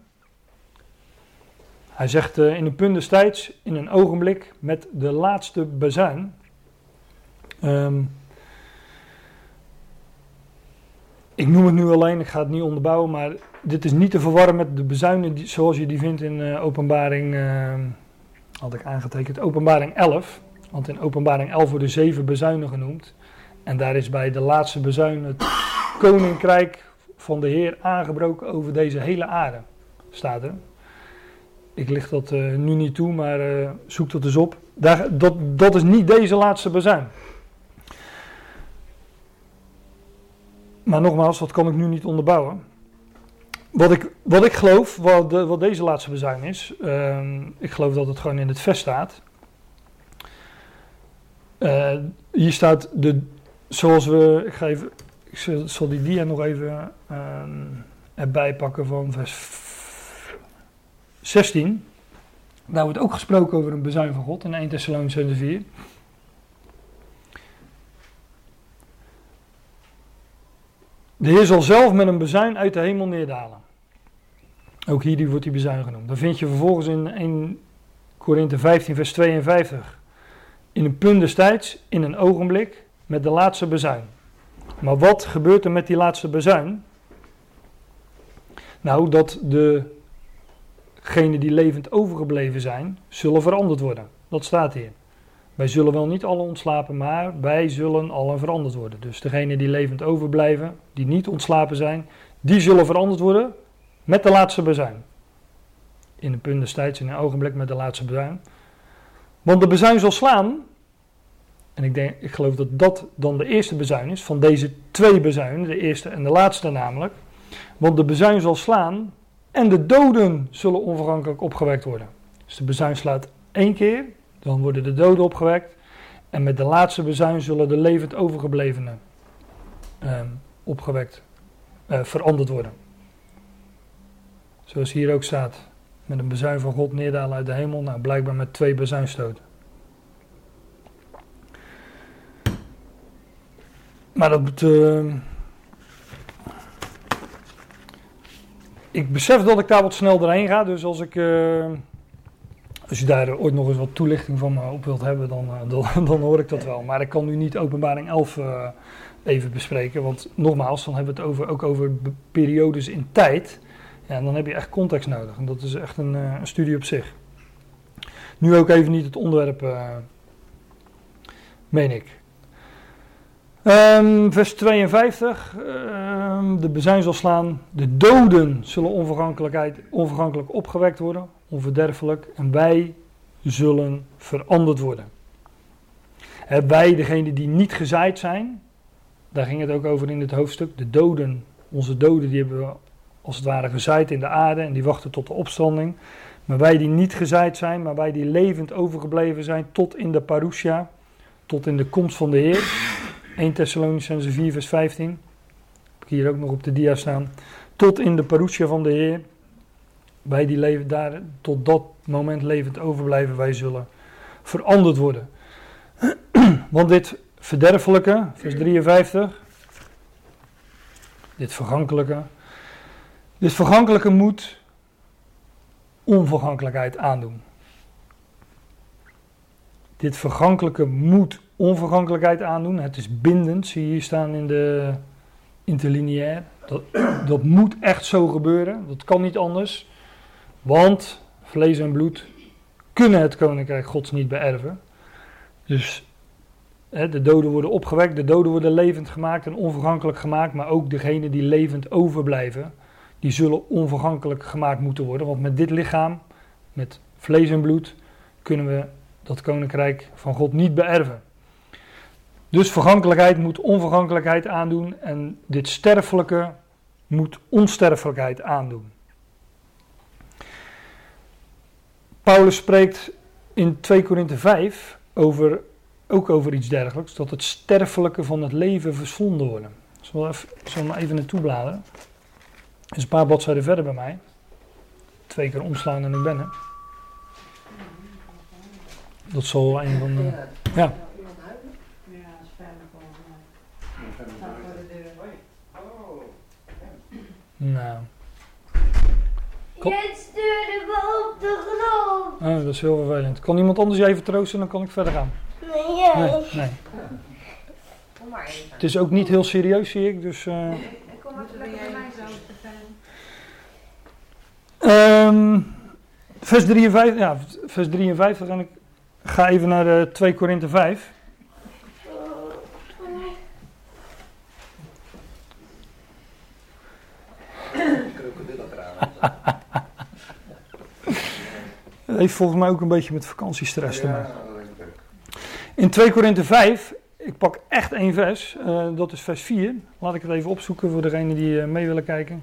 Hij zegt in een punt des tijds, in een ogenblik, met de laatste bazuin. Ik noem het nu alleen, ik ga het niet onderbouwen, maar dit is niet te verwarren met de bazuinen zoals je die vindt in Openbaring, had ik aangetekend, Openbaring 11. Want in Openbaring 11 worden 7 bazuinen genoemd. En daar is bij de laatste bazuin het koninkrijk van de Heer aangebroken over deze hele aarde, staat er. Ik licht dat nu niet toe, maar zoek dat eens op. Dat is niet deze laatste bazuin. Maar nogmaals, dat kan ik nu niet onderbouwen. Wat ik geloof, wat deze laatste bazuin is, ik geloof dat het gewoon in het vers staat. Hier staat zoals we, ik zal die dia nog even erbij pakken van vers 16. Daar wordt ook gesproken over een bazuin van God in 1 Thessalonicenzen 4. De Heer zal zelf met een bazuin uit de hemel neerdalen. Ook hier wordt die bazuin genoemd. Dan vind je vervolgens in 1 Korinthe 15 vers 52. In een punt des tijds, in een ogenblik, met de laatste bazuin. Maar wat gebeurt er met die laatste bazuin? Nou, dat degenen die levend overgebleven zijn, zullen veranderd worden. Dat staat hier. Wij zullen wel niet allen ontslapen, maar wij zullen allen veranderd worden. Dus degenen die levend overblijven, die niet ontslapen zijn, die zullen veranderd worden met de laatste bazuin. In een punt des tijds, in een ogenblik met de laatste bazuin. Want de bazuin zal slaan, en ik geloof dat dat dan de eerste bazuin is, van deze 2 bazuinen, de eerste en de laatste namelijk. Want de bazuin zal slaan en de doden zullen onvergankelijk opgewekt worden. Dus de bazuin slaat 1 keer, dan worden de doden opgewekt. En met de laatste bazuin zullen de levend overgeblevenen veranderd worden. Zoals hier ook staat, met een bazuin van God neerdalen uit de hemel. Nou, blijkbaar met 2 bazuinstoten. Maar ik besef dat ik daar wat snel doorheen ga, dus als je daar ooit nog eens wat toelichting van me op wilt hebben, dan hoor ik dat wel. Maar ik kan nu niet Openbaring 11 even bespreken, want nogmaals, dan hebben we het ook over periodes in tijd. Ja, en dan heb je echt context nodig, en dat is echt een studie op zich. Nu ook even niet het onderwerp, meen ik. Vers 52, de bazuin zal slaan, de doden zullen onvergankelijk opgewekt worden, onverderfelijk, en wij zullen veranderd worden. Wij, degenen die niet gezaaid zijn, daar ging het ook over in het hoofdstuk, de doden, onze doden, die hebben we als het ware gezaaid in de aarde en die wachten tot de opstanding. Maar wij die niet gezaaid zijn, maar wij die levend overgebleven zijn tot in de parousia, tot in de komst van de Heer. 1 Thessalonicenzen 4 vers 15. Heb ik hier ook nog op de dia staan. Tot in de parousia van de Heer. Wij die leven daar tot dat moment levend overblijven, wij zullen veranderd worden. Want dit verderfelijke, vers 53. Dit vergankelijke moet onvergankelijkheid aandoen. Dit vergankelijke moet onvergankelijkheid aandoen. Het is bindend, zie je hier staan in de interlineair. Dat moet echt zo gebeuren. Dat kan niet anders. Want vlees en bloed kunnen het koninkrijk Gods niet beërven. Dus de doden worden opgewekt, de doden worden levend gemaakt en onvergankelijk gemaakt. Maar ook degenen die levend overblijven, die zullen onvergankelijk gemaakt moeten worden. Want met dit lichaam, met vlees en bloed, kunnen we dat koninkrijk van God niet beërven. Dus vergankelijkheid moet onvergankelijkheid aandoen en dit sterfelijke moet onsterfelijkheid aandoen. Paulus spreekt in 2 Korinthe 5 ook over iets dergelijks. Dat het sterfelijke van het leven verslonden worden. Zullen we even naartoe bladeren. Dat is een paar bladzijden verder bij mij. 2 keer omslaan en ik ben er. Dat zal een van de... Ja. Ja, dat is veilig volgens mij. Staat voor de deur. Nou. Jij stuurde me op de grond. Oh, dat is heel vervelend. Kan iemand anders je even troosten, dan kan ik verder gaan. Nee, jij. Nee. Kom maar even. Het is ook niet heel serieus, zie ik. Dus, Kom maar lekker bij mij zo, vers 53, ja, vers 53 en ik ga even naar 2 Korinthe 5. Dat heeft volgens mij ook een beetje met vakantiestress te maken. In 2 Korinthe 5, ik pak echt één vers, dat is vers 4. Laat ik het even opzoeken voor degenen die mee willen kijken.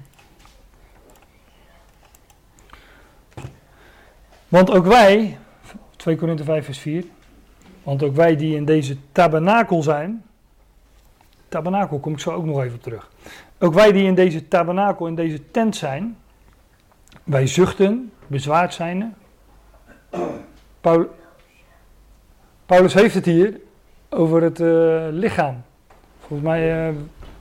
Want ook wij, 2 Korinthe 5 vers 4, want ook wij die in deze tabernakel zijn, tabernakel kom ik zo ook nog even op terug. Ook wij die in deze tabernakel, in deze tent zijn, wij zuchten, bezwaard zijnde. Paulus heeft het hier over het lichaam. Volgens mij...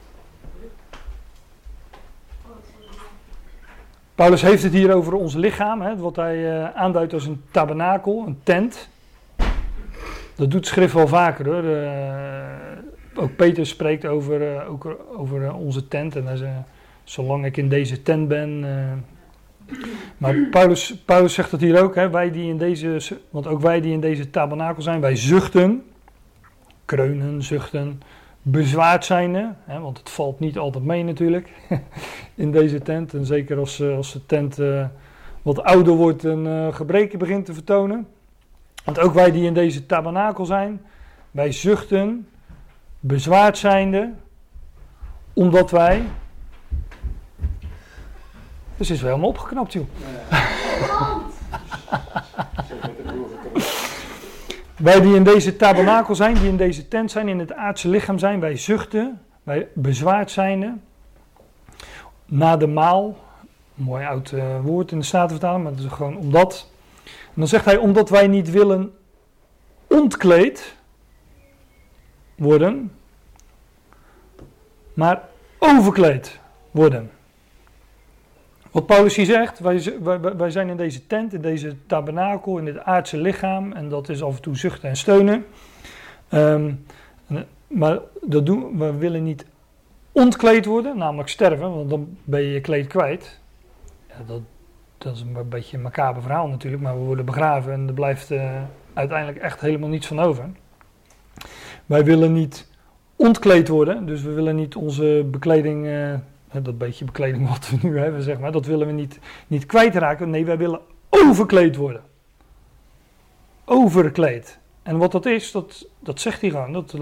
Paulus heeft het hier over ons lichaam, hè, wat hij aanduidt als een tabernakel, een tent. Dat doet schrift wel vaker hoor. Ook Peter spreekt over onze tent. En hij zegt, zolang ik in deze tent ben... Maar Paulus zegt het hier ook, hè, want ook wij die in deze tabernakel zijn, wij zuchten, kreunen, zuchten, bezwaard zijnde, hè, want het valt niet altijd mee natuurlijk in deze tent. En zeker als de tent wat ouder wordt en gebreken begint te vertonen. Want ook wij die in deze tabernakel zijn, wij zuchten, bezwaard zijnde, omdat wij... Dus is wel helemaal opgeknapt, joh. Wij die in deze tabernakel zijn, die in deze tent zijn, in het aardse lichaam zijn, wij zuchten, wij bezwaard zijnde, na de maal, mooi oud woord in de Statenvertaling, maar dat is gewoon omdat. En dan zegt hij, omdat wij niet willen ontkleed worden, maar overkleed worden. Wat Paulus hier zegt, wij zijn in deze tent, in deze tabernakel, in dit aardse lichaam. En dat is af en toe zuchten en steunen. Maar we willen niet ontkleed worden, namelijk sterven, want dan ben je je kleed kwijt. Ja, dat is een beetje een macaber verhaal natuurlijk, maar we worden begraven en er blijft uiteindelijk echt helemaal niets van over. Wij willen niet ontkleed worden, dus we willen niet onze bekleding... dat beetje bekleding wat we nu hebben, zeg maar, dat willen we niet kwijtraken. Nee, wij willen overkleed worden. Overkleed. En wat dat is, dat zegt hij gewoon. Dat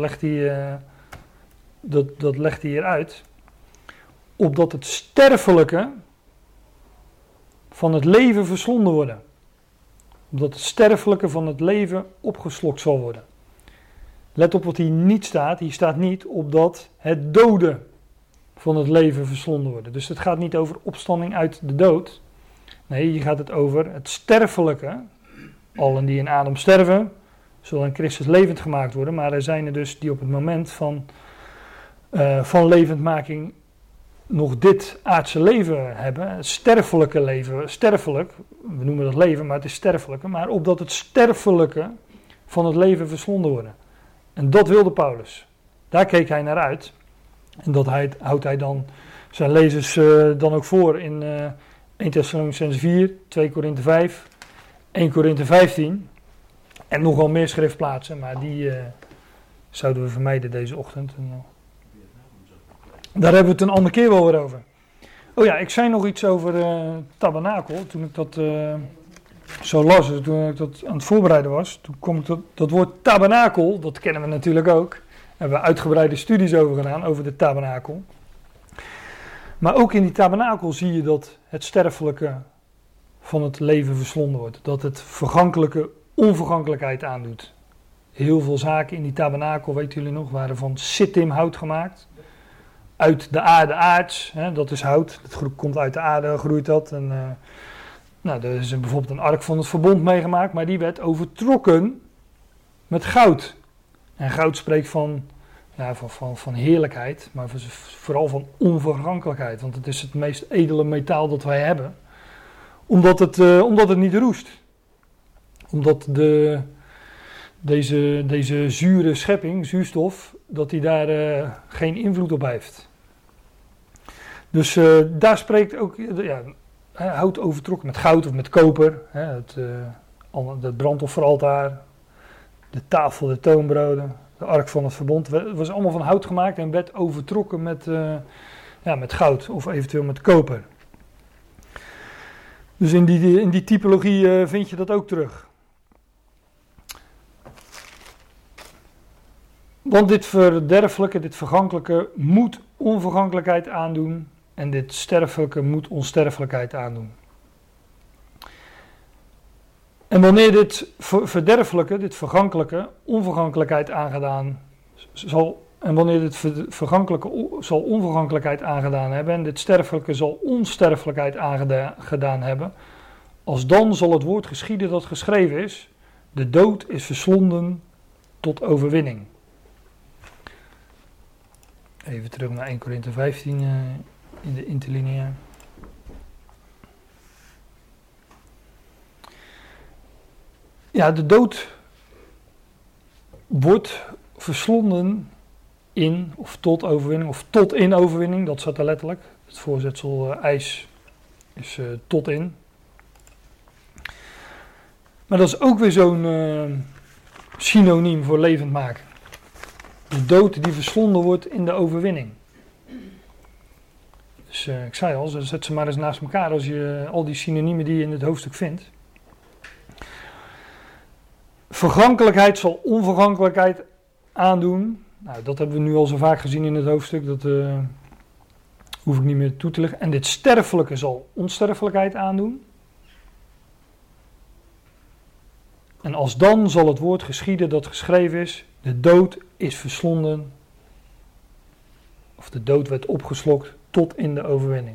legt hij hier uit. Opdat het sterfelijke van het leven verslonden worden. Opdat het sterfelijke van het leven opgeslokt zal worden. Let op wat hier niet staat. Hier staat niet opdat het dode van het leven verslonden worden. Dus het gaat niet over opstanding uit de dood. Nee, hier gaat het over het sterfelijke. Allen die in Adam sterven, zullen in Christus levend gemaakt worden. Maar er zijn er dus die op het moment van levendmaking nog dit aardse leven hebben. Het sterfelijke leven, sterfelijk, we noemen dat leven, maar het is sterfelijke. Maar opdat het sterfelijke van het leven verslonden worden. En dat wilde Paulus. Daar keek hij naar uit. En dat houdt hij dan zijn lezers dan ook voor in 1 Thessalonicenzen 4, 2 Korinthe 5, 1 Korinthe 15. En nogal meer schriftplaatsen, maar die zouden we vermijden deze ochtend. En, daar hebben we het een andere keer wel weer over. Oh ja, ik zei nog iets over tabernakel. Toen ik dat zo las, toen ik dat aan het voorbereiden was, toen kwam ik dat woord tabernakel, dat kennen we natuurlijk ook. Daar hebben we uitgebreide studies over gedaan, over de tabernakel. Maar ook in die tabernakel zie je dat het sterfelijke van het leven verslonden wordt. Dat het vergankelijke onvergankelijkheid aandoet. Heel veel zaken in die tabernakel, weten jullie nog, waren van sittim hout gemaakt. Uit de aarde aards, dat is hout. Dat komt uit de aarde, groeit dat. En, er is bijvoorbeeld een ark van het verbond meegemaakt, maar die werd overtrokken met goud. En goud spreekt van heerlijkheid, maar vooral van onvergankelijkheid. Want het is het meest edele metaal dat wij hebben. Omdat het niet roest. Omdat deze zure schepping, zuurstof, dat die daar geen invloed op heeft. Dus daar spreekt ook hout overtrokken met goud of met koper. Het brandofferaltaar, de tafel, de toonbroden, de ark van het verbond. Het was allemaal van hout gemaakt en werd overtrokken met goud of eventueel met koper. Dus in die typologie vind je dat ook terug. Want dit verderfelijke, dit vergankelijke moet onvergankelijkheid aandoen en dit sterfelijke moet onsterfelijkheid aandoen. En wanneer dit verderfelijke, dit vergankelijke, onvergankelijkheid aangedaan zal, en wanneer dit vergankelijke zal onvergankelijkheid aangedaan hebben en dit sterfelijke zal onsterfelijkheid aangedaan hebben, als dan zal het woord geschieden dat geschreven is, de dood is verslonden tot overwinning. Even terug naar 1 Korinthe 15 in de interlineair. Ja, de dood wordt verslonden in of tot overwinning, of tot in overwinning, dat staat er letterlijk. Het voorzetsel ijs is tot in. Maar dat is ook weer zo'n synoniem voor levend maken. De dood die verslonden wordt in de overwinning. Dus ik zei al, zet ze maar eens naast elkaar als je al die synoniemen die je in het hoofdstuk vindt. Vergankelijkheid zal onvergankelijkheid aandoen. Nou, dat hebben we nu al zo vaak gezien in het hoofdstuk, dat hoef ik niet meer toe te leggen. En dit sterfelijke zal onsterfelijkheid aandoen. En als dan zal het woord geschieden dat geschreven is, de dood is verslonden, of de dood werd opgeslokt tot in de overwinning.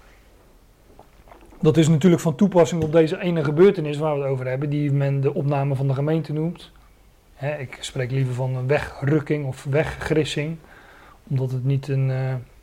Dat is natuurlijk van toepassing op deze ene gebeurtenis waar we het over hebben, die men de opname van de gemeente noemt. Ik spreek liever van een wegrukking of weggrissing, omdat het niet een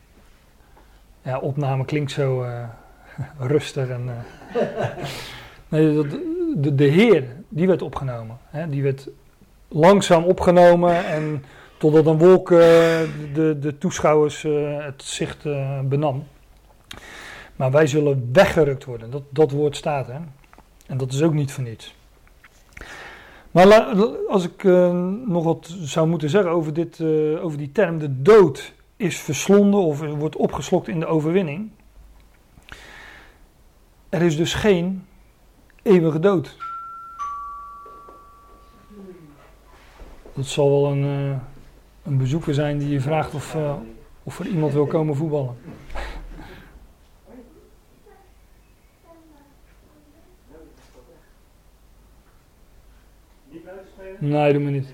opname klinkt zo rustig. En, nee, de Heer, die werd opgenomen. Die werd langzaam opgenomen en totdat een wolk de toeschouwers het zicht benam. Maar wij zullen weggerukt worden. Dat woord staat, hè. En dat is ook niet voor niets. Maar als ik nog wat zou moeten zeggen over die term, de dood is verslonden of wordt opgeslokt in de overwinning. Er is dus geen eeuwige dood. Dat zal wel een bezoeker zijn die je vraagt of er iemand wil komen voetballen. Nee, doe me niet.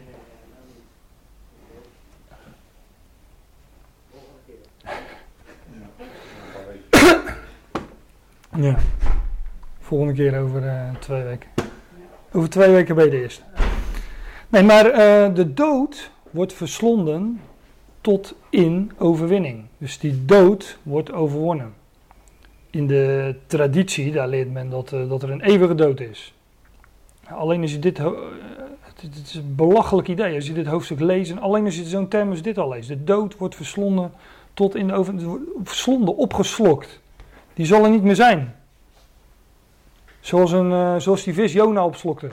Ja. Volgende keer over 2 weken. Over 2 weken ben je de eerste. Nee, maar de dood wordt verslonden tot in overwinning. Dus die dood wordt overwonnen. In de traditie, daar leert men dat er een eeuwige dood is. Alleen als je dit... Het is een belachelijk idee als je dit hoofdstuk leest. En alleen als je zo'n term als dit al leest. De dood wordt verslonden tot in de overwinning. Verslonden, opgeslokt. Die zal er niet meer zijn. Zoals die vis Jona opslokte.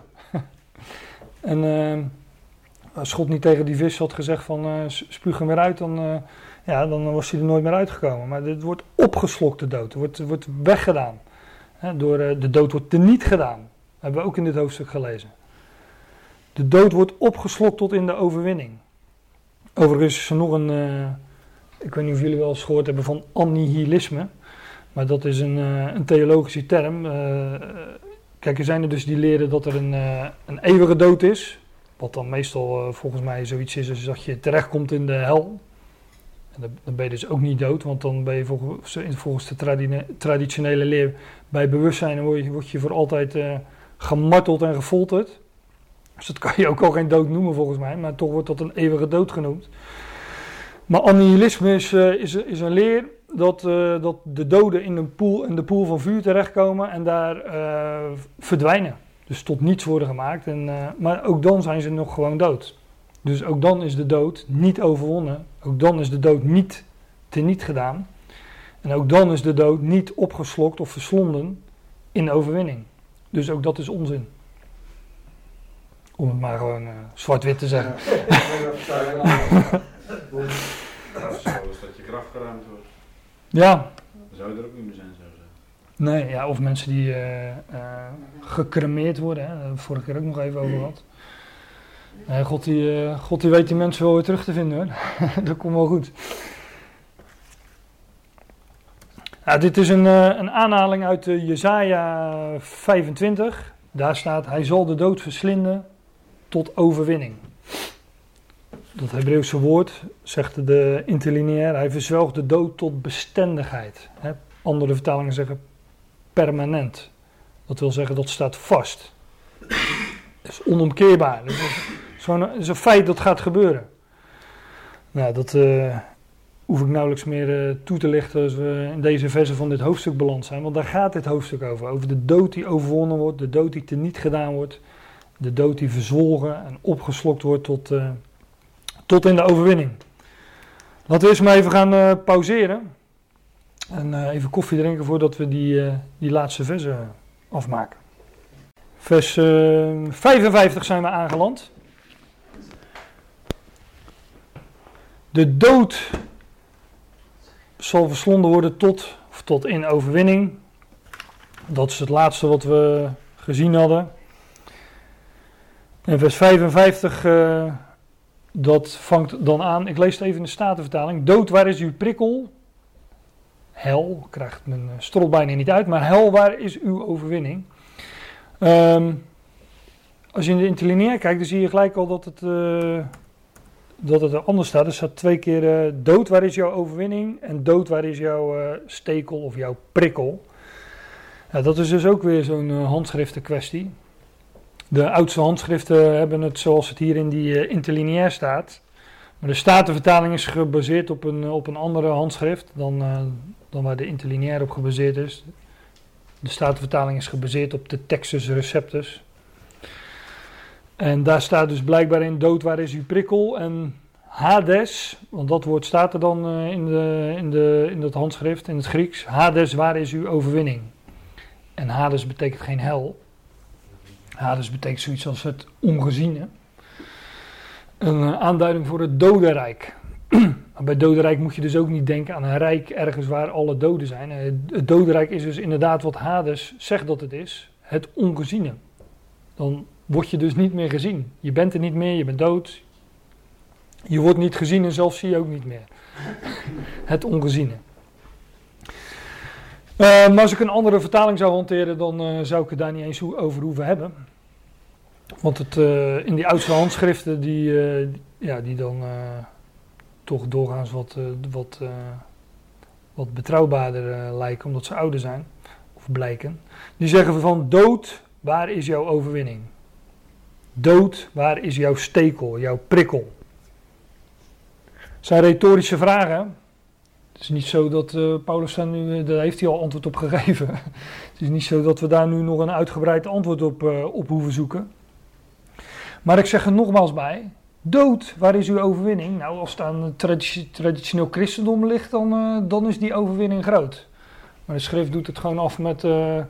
En als God niet tegen die vis had gezegd van spuug hem weer uit, dan was hij er nooit meer uitgekomen. Maar het wordt opgeslokt, de dood. Het wordt weggedaan. De dood wordt teniet gedaan. Dat hebben we ook in dit hoofdstuk gelezen. De dood wordt opgeslokt tot in de overwinning. Overigens is er nog ik weet niet of jullie wel eens gehoord hebben van annihilisme. Maar dat is een theologische term. kijk, er zijn er dus die leren dat er een eeuwige dood is. Wat dan meestal volgens mij zoiets is als dat je terechtkomt in de hel. En dan ben je dus ook niet dood, want dan ben je volgens de traditionele leer bij bewustzijn word je voor altijd gemarteld en gefolterd. Dus dat kan je ook al geen dood noemen volgens mij, maar toch wordt dat een eeuwige dood genoemd. Maar annihilisme is een leer dat de doden in de poel van vuur terechtkomen en daar verdwijnen. Dus tot niets worden gemaakt. Maar ook dan zijn ze nog gewoon dood. Dus ook dan is de dood niet overwonnen. Ook dan is de dood niet teniet gedaan. En ook dan is de dood niet opgeslokt of verslonden in overwinning. Dus ook dat is onzin. Om het maar gewoon zwart-wit te zeggen. Zoals dat je graf geruimd wordt. Ja. Dan zou je er ook niet meer zijn, zou je zeggen. Nee, ja, of mensen die gecremeerd worden. Hè. Daar hebben we vorige keer ook nog even over gehad. God die weet die mensen wel weer terug te vinden, hoor. Dat komt wel goed. Ja, dit is een aanhaling uit Jesaja 25. Daar staat, hij zal de dood verslinden tot overwinning. Dat Hebreeuwse woord, zegt de interlineair, hij verzwelgt de dood tot bestendigheid. Hè. Andere vertalingen zeggen permanent. Dat wil zeggen, dat staat vast. Dat is onomkeerbaar. Dat is een feit dat gaat gebeuren. Nou, dat hoef ik nauwelijks meer toe te lichten als we in deze versen van dit hoofdstuk beland zijn. Want daar gaat dit hoofdstuk over. Over de dood die overwonnen wordt, de dood die teniet gedaan wordt. De dood die verzwolgen en opgeslokt wordt tot in de overwinning. Laten we eerst maar even gaan pauzeren. En even koffie drinken voordat we die laatste versen afmaken. Vers 55 zijn we aangeland. De dood zal verslonden worden tot in overwinning. Dat is het laatste wat we gezien hadden. En vers 55, dat vangt dan aan. Ik lees het even in de Statenvertaling. Dood, waar is uw prikkel? Hel, krijgt mijn strot bijna niet uit, maar hel, waar is uw overwinning? Als je in de interlineair kijkt, dan zie je gelijk al dat het er anders staat. Er staat 2 keer dood, waar is jouw overwinning? En dood, waar is jouw stekel of jouw prikkel? Ja, dat is dus ook weer zo'n handschriftenkwestie. De oudste handschriften hebben het zoals het hier in die interlineair staat. Maar de Statenvertaling is gebaseerd op een andere handschrift dan waar de interlineair op gebaseerd is. De Statenvertaling is gebaseerd op de Textus Receptus. En daar staat dus blijkbaar in dood, waar is uw prikkel? En Hades, want dat woord staat er dan in dat handschrift, in het Grieks. Hades, waar is uw overwinning? En Hades betekent geen hel. Hades betekent zoiets als het ongeziene. Een aanduiding voor het dodenrijk. Bij dodenrijk moet je dus ook niet denken aan een rijk ergens waar alle doden zijn. Het dodenrijk is dus inderdaad wat Hades zegt dat het is. Het ongeziene. Dan word je dus niet meer gezien. Je bent er niet meer, je bent dood. Je wordt niet gezien en zelfs zie je ook niet meer. Het ongeziene. Maar als ik een andere vertaling zou hanteren, dan zou ik het daar niet eens over hoeven hebben. Want in die oudste handschriften, die dan toch doorgaans wat betrouwbaarder lijken, omdat ze ouder zijn, of blijken. Die zeggen van, dood, waar is jouw overwinning? Dood, waar is jouw stekel, jouw prikkel? Het zijn retorische vragen. Het is niet zo dat Paulus daar heeft hij al antwoord op gegeven. Het is niet zo dat we daar nu nog een uitgebreid antwoord op hoeven zoeken. Maar ik zeg er nogmaals bij, dood, waar is uw overwinning? Nou, als het aan traditioneel christendom ligt, dan is die overwinning groot. Maar de schrift doet het gewoon af met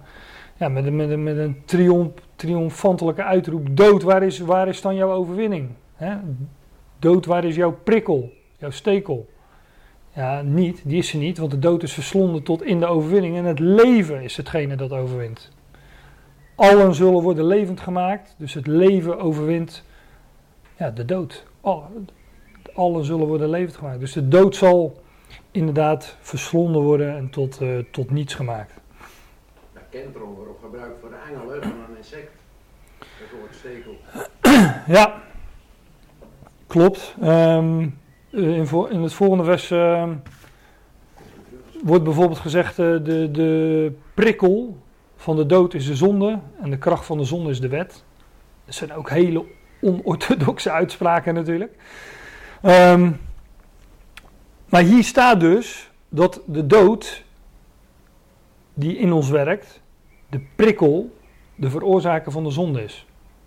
een triomfantelijke uitroep. Dood, waar is dan jouw overwinning? Hè? Dood, waar is jouw prikkel, jouw stekel? Ja, die is er niet, want de dood is verslonden tot in de overwinning. En het leven is hetgene dat overwint. Allen zullen worden levend gemaakt, dus het leven overwint de dood. Allen zullen worden levend gemaakt. Dus de dood zal inderdaad verslonden worden en tot niets gemaakt. kentron wordt ook gebruikt voor de engelen van een insect. Dat wordt stekel. Ja, klopt. In het volgende vers wordt bijvoorbeeld gezegd, de prikkel van de dood is de zonde en de kracht van de zonde is de wet. Dat zijn ook hele onorthodoxe uitspraken natuurlijk. Maar hier staat dus dat de dood die in ons werkt, de prikkel, de veroorzaker van de zonde is.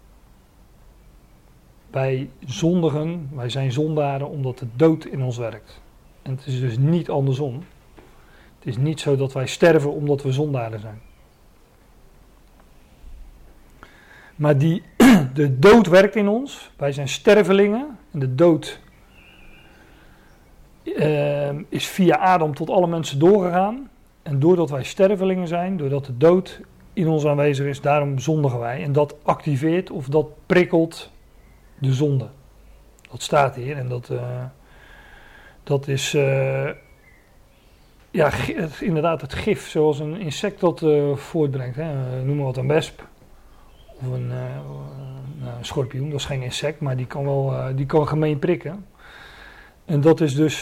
Wij zondigen, wij zijn zondaren omdat de dood in ons werkt. En het is dus niet andersom. Het is niet zo dat wij sterven omdat we zondaren zijn. Maar de dood werkt in ons. Wij zijn stervelingen. En de dood is via Adam tot alle mensen doorgegaan. En doordat wij stervelingen zijn, doordat de dood in ons aanwezig is, daarom zondigen wij. En dat activeert of dat prikkelt de zonde. Dat staat hier en dat is inderdaad het gif zoals een insect dat voortbrengt. Hè. Noem maar wat, een wesp of een schorpioen. Dat is geen insect, maar die kan gemeen prikken. En dat is dus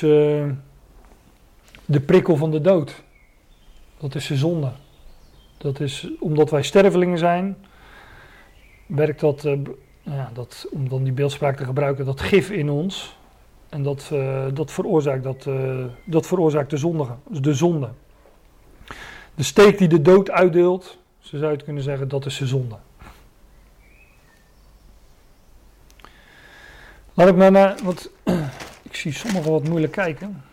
de prikkel van de dood. Dat is de zonde. Dat is omdat wij stervelingen zijn, werkt dat, om dan die beeldspraak te gebruiken, dat gif in ons. En dat veroorzaakt de zonde. De steek die de dood uitdeelt, zo zou je het kunnen zeggen, dat is de zonde. Laat ik maar naar, want ik zie sommigen wat moeilijk kijken.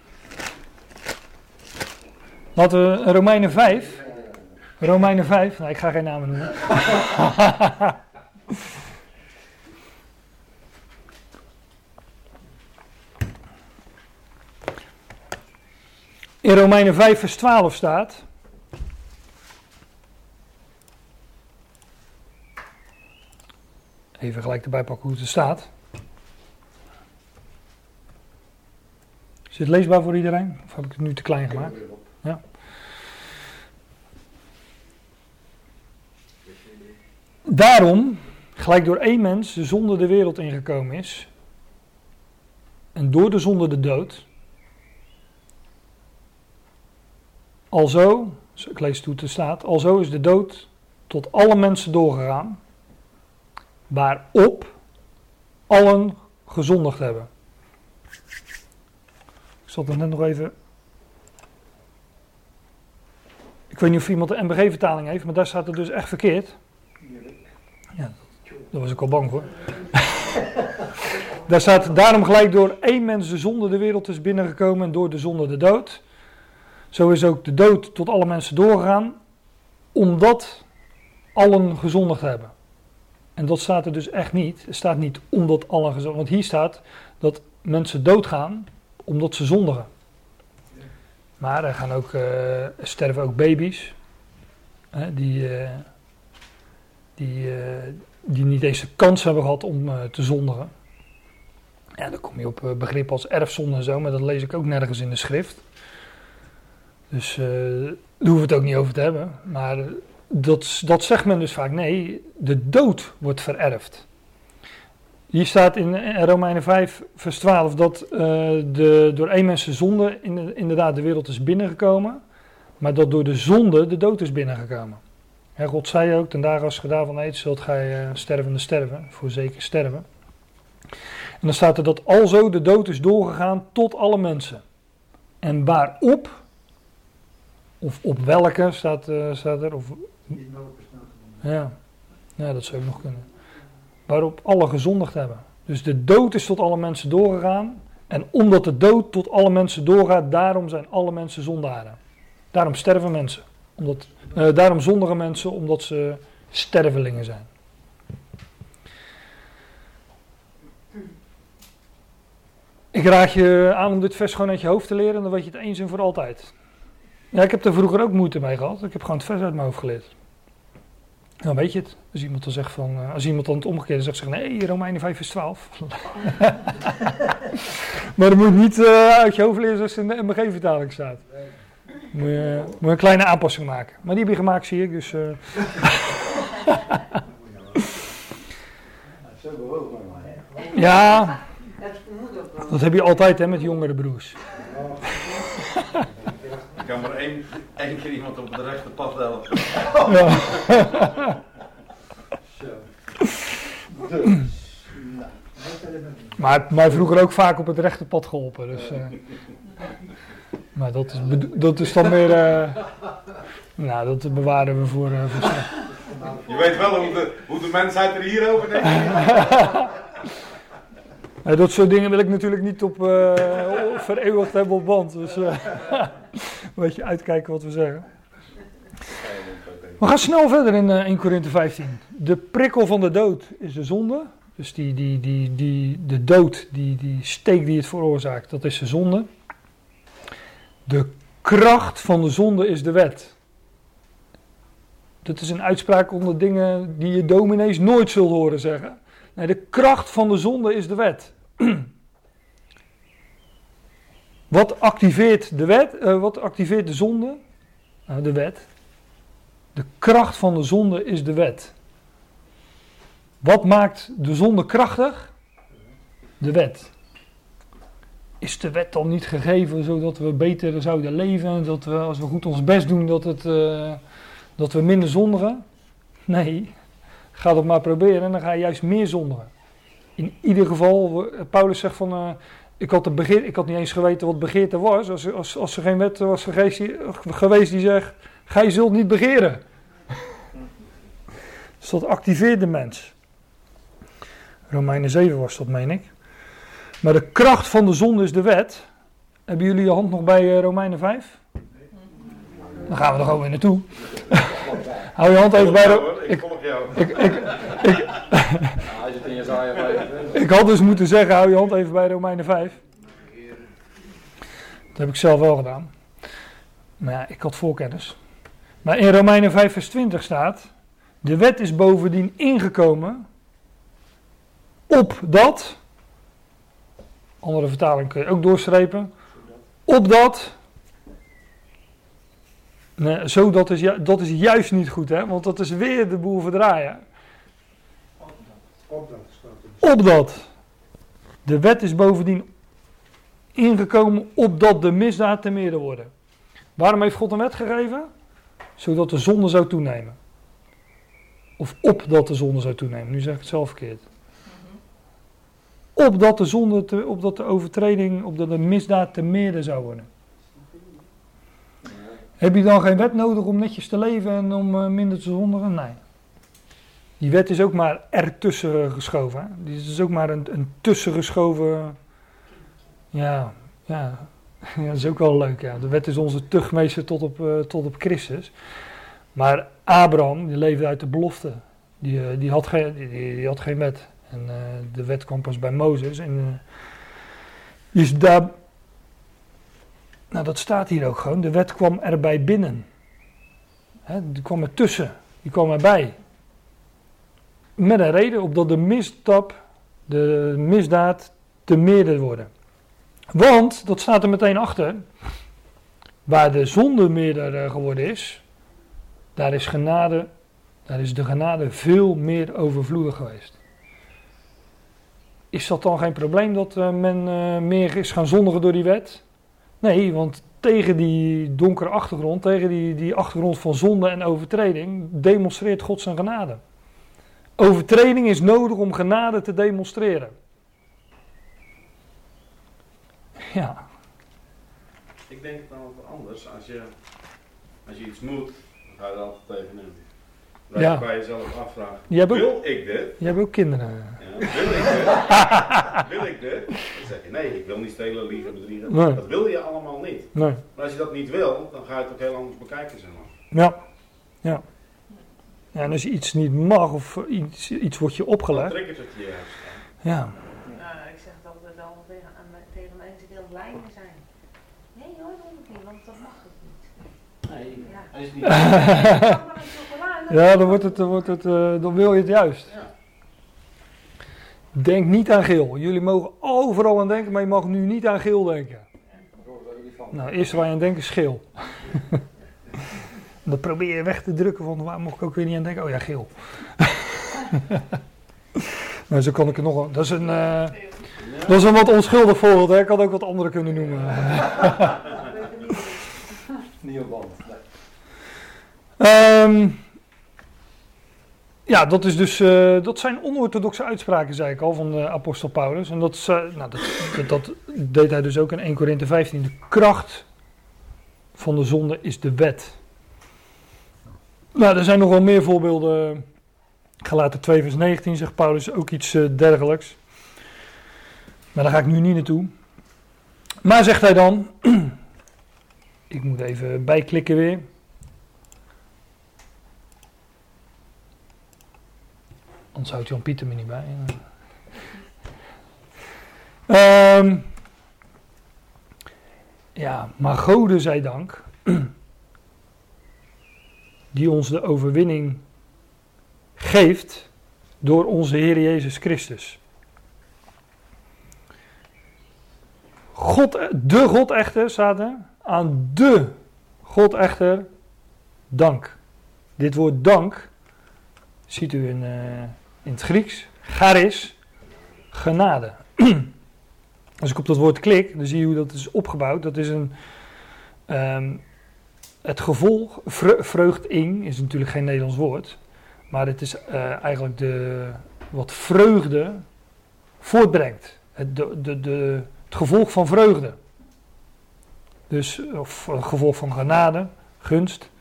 Laten we Romeinen 5. Romeinen 5, nou ik ga geen namen noemen. In Romeinen 5 vers 12 staat. Even gelijk erbij pakken hoe het er staat. Is het leesbaar voor iedereen? Of heb ik het nu te klein gemaakt? Ja. Daarom, gelijk door één mens de zonde de wereld ingekomen is. En door de zonde de dood. Alzo, ik lees het hoe het staat, alzo is de dood tot alle mensen doorgegaan, waarop allen gezondigd hebben. Ik zat er net nog even. Ik weet niet of iemand de MBG-vertaling heeft, maar daar staat het dus echt verkeerd. Ja, daar was ik al bang voor. Daar staat, daarom gelijk door één mens de zonde de wereld is binnengekomen en door de zonde de dood. Zo is ook de dood tot alle mensen doorgegaan, omdat allen gezondigd hebben. En dat staat er dus echt niet. Er staat niet omdat allen gezondigd hebben. Want hier staat dat mensen doodgaan omdat ze zondigen. Maar er sterven ook baby's. Die niet eens de kans hebben gehad om te zondigen. Ja, dan kom je op begrippen als erfzonde en zo, maar dat lees ik ook nergens in de schrift. Dus daar hoeven we het ook niet over te hebben. Maar dat zegt men dus vaak. Nee, de dood wordt vererfd. Hier staat in Romeinen 5 vers 12 dat door één mens de zonde inderdaad de wereld is binnengekomen. Maar dat door de zonde de dood is binnengekomen. En God zei ook, ten dagen als je daarvan eet, zult gij sterven, voor zeker sterven. En dan staat er dat alzo de dood is doorgegaan tot alle mensen. En waarop, of op welke staat er, of ja, dat zou ook nog kunnen. Waarop alle gezondigd hebben. Dus de dood is tot alle mensen doorgegaan. En omdat de dood tot alle mensen doorgaat, daarom zijn alle mensen zondaren. Daarom sterven mensen. Daarom zondigen mensen, omdat ze stervelingen zijn. Ik raad je aan om dit vers gewoon uit je hoofd te leren, dan weet je het eens en voor altijd. Ja, ik heb er vroeger ook moeite mee gehad. Ik heb gewoon het vers uit mijn hoofd geleerd. Dan weet je het. Als iemand dan zegt als iemand dan het omgekeerde zegt, nee, Romeinen 5 vers 12. Maar dan moet je niet uit je hoofd leren zoals in de MBG-vertaling staat. Moet je een kleine aanpassing maken. Maar die heb je gemaakt, zie ik. Dus, Zo bewogen. ja, Dat moet ook wel. dat heb je altijd hè, met jongere broers. Ik kan maar één keer iemand op het rechte pad helpen. Ja. Zo. Dus. Nou, wat hebben we? Maar hij heeft mij vroeger ook vaak op het rechte pad geholpen. Dus, maar dat is dan weer... nou, dat bewaren we voor straks. Je weet wel hoe de mensheid er hier over denkt. Dat soort dingen wil ik natuurlijk niet op vereeuwigd hebben op band. Dus een beetje uitkijken wat we zeggen. We gaan snel verder in 1 Korinthe 15. De prikkel van de dood is de zonde. Dus de dood, die steek die het veroorzaakt, dat is de zonde. De kracht van de zonde is de wet. Dat is een uitspraak onder dingen die je dominees nooit zult horen zeggen. Nee, de kracht van de zonde is de wet. Wat activeert de wet? Wat activeert de zonde? Nou, de wet. De kracht van de zonde is de wet. Wat maakt de zonde krachtig? De wet. Is de wet dan niet gegeven zodat we beter zouden leven? Dat we, als we goed ons best doen, dat we minder zondigen? Nee, ga dat maar proberen en dan ga je juist meer zondigen. In ieder geval, Paulus zegt van... Ik had niet eens geweten wat begeerte was. Als er geen wet was geweest die zegt... Gij zult niet begeren. Dus dat activeert de mens. Romeinen 7 was dat, meen ik. Maar de kracht van de zonde is de wet. Hebben jullie je hand nog bij Romeinen 5? Dan gaan we er gewoon weer naartoe. Hou je hand even bij... Ik volg jou. Hij zit in Jesaja 25. Ik had dus moeten zeggen, hou je hand even bij Romeinen 5. Dat heb ik zelf wel gedaan. Maar ja, ik had voorkennis. Maar in Romeinen 5 vers 20 staat... De wet is bovendien ingekomen... Opdat... Andere vertaling kun je ook doorstrepen. Opdat... Nee, dat is juist niet goed, hè? Want dat is weer de boel verdraaien. Opdat. De wet is bovendien ingekomen opdat de misdaad te meerder worden. Waarom heeft God een wet gegeven? Zodat de zonde zou toenemen. Of opdat de zonde zou toenemen. Nu zeg ik het zelf verkeerd. Opdat de overtreding, opdat de misdaad te meerder zou worden. Heb je dan geen wet nodig om netjes te leven en om minder te zondigen? Nee. Die wet is ook maar ertussen geschoven. Hè? Die is ook maar een tussengeschoven... Ja, dat is ook wel leuk. Ja. De wet is onze tuchtmeester tot op Christus. Maar Abraham, die leefde uit de belofte. Die had geen wet. En de wet kwam pas bij Mozes. En dus daar... Nou, dat staat hier ook gewoon. De wet kwam erbij binnen. Die kwam ertussen. Die kwam erbij. Met een reden, opdat de misdaad te meerder worden. Want, dat staat er meteen achter, waar de zonde meerder geworden is, daar is de genade veel meer overvloedig geweest. Is dat dan geen probleem dat men meer is gaan zondigen door die wet? Nee, want tegen die donkere achtergrond, tegen die achtergrond van zonde en overtreding, demonstreert God zijn genade. Overtreding is nodig om genade te demonstreren. Ja. Ik denk het dan ook anders. Als je iets moet, dan ga je er altijd tegenin. Dat je bij jezelf afvraagt, wil ik dit? Je hebt ook kinderen. Ja, wil ik dit? Dan zeg je nee, ik wil niet stelen, liegen, bedriegen. Nee. Dat wil je allemaal niet. Nee. Maar als je dat niet wil, dan ga je het ook heel anders bekijken, zeg maar. Ja, en als je iets niet mag of iets wordt je opgelegd. Dan triggert het je juist. Ja. Ik zeg dat we dan tegen mensen die aan het lijnen zijn. Nee hoor, dat moet niet, want dat mag het niet. Nee, Ja. hij is niet. Ja, dan wil je het juist. Ja. Denk niet aan geel. Jullie mogen overal aan denken, maar je mag nu niet aan geel denken. Daar hoort ook niet van. Nou, eerst waar je aan denkt is geel. Dan probeer je weg te drukken van waar mocht ik ook weer niet aan denken. Oh ja, geel. Nou, zo kan ik het nog wel. Dat is een wat onschuldig voorbeeld, hè? Ik had ook wat andere kunnen noemen. Niet op band. Ja, dat is dus, dat zijn onorthodoxe uitspraken, zei ik al, van de apostel Paulus. En dat deed hij dus ook in 1 Korinthe 15. De kracht van de zonde is de wet. Nou, er zijn nog wel meer voorbeelden. Galaten 2 vers 19 zegt Paulus ook iets dergelijks. Maar daar ga ik nu niet naartoe. Maar zegt hij dan, ik moet even bijklikken weer. Anders houdt Jan Pieter me niet bij. Ja, maar Gode zij dank, die ons de overwinning geeft door onze Heer Jezus Christus. De God echter, staat er, aan de God echter dank. Dit woord dank ziet u in het Grieks, charis, genade. Als ik op dat woord klik, dan zie je hoe dat is opgebouwd. Dat is het gevolg, vreugding is natuurlijk geen Nederlands woord, maar het is eigenlijk wat vreugde voortbrengt. Het gevolg van vreugde. Dus, of het gevolg van genade, gunst.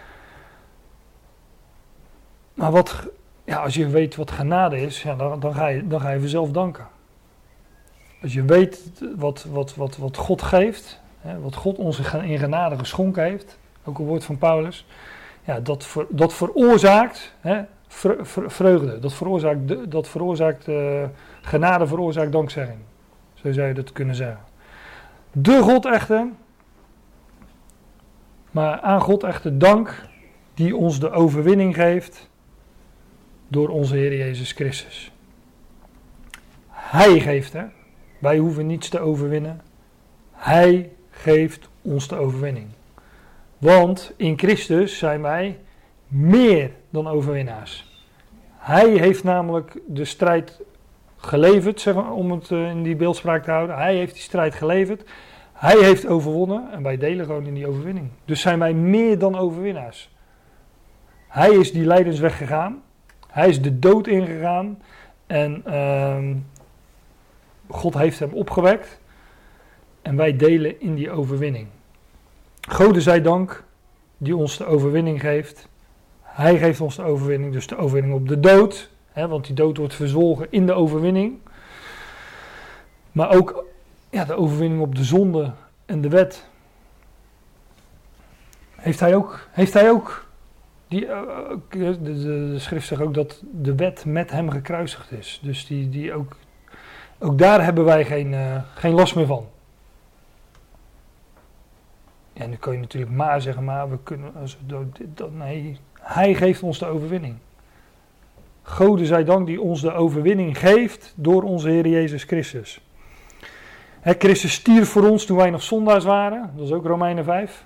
Maar als je weet wat genade is, ja, dan ga je vanzelf danken. Als je weet wat God geeft, hè, wat God ons in genade geschonken heeft, ook een woord van Paulus, ja, dat veroorzaakt vreugde. Dat veroorzaakt genade, veroorzaakt dankzegging. Zo zou je dat kunnen zeggen. De God echter, maar aan God echter dank, die ons de overwinning geeft door onze Heer Jezus Christus. Hij geeft, hè. Wij hoeven niets te overwinnen. Hij geeft ons de overwinning. Want in Christus zijn wij meer dan overwinnaars. Hij heeft namelijk de strijd geleverd, zeg maar, om het in die beeldspraak te houden. Hij heeft die strijd geleverd. Hij heeft overwonnen en wij delen gewoon in die overwinning. Dus zijn wij meer dan overwinnaars. Hij is die lijdensweg gegaan. Hij is de dood ingegaan. En God heeft hem opgewekt. En wij delen in die overwinning. Gode zij dank die ons de overwinning geeft. Hij geeft ons de overwinning, dus de overwinning op de dood. Hè, want die dood wordt verzwolgen in de overwinning. Maar ook de overwinning op de zonde en de wet. Heeft hij ook de schrift zegt ook dat de wet met hem gekruisigd is. Dus die ook daar hebben wij geen last meer van. Ja, nu kan je natuurlijk maar zeggen, maar we kunnen... Nee, hij geeft ons de overwinning. Gode zij dank die ons de overwinning geeft door onze Heer Jezus Christus. Christus stierf voor ons toen wij nog zondaars waren. Dat is ook Romeinen 5.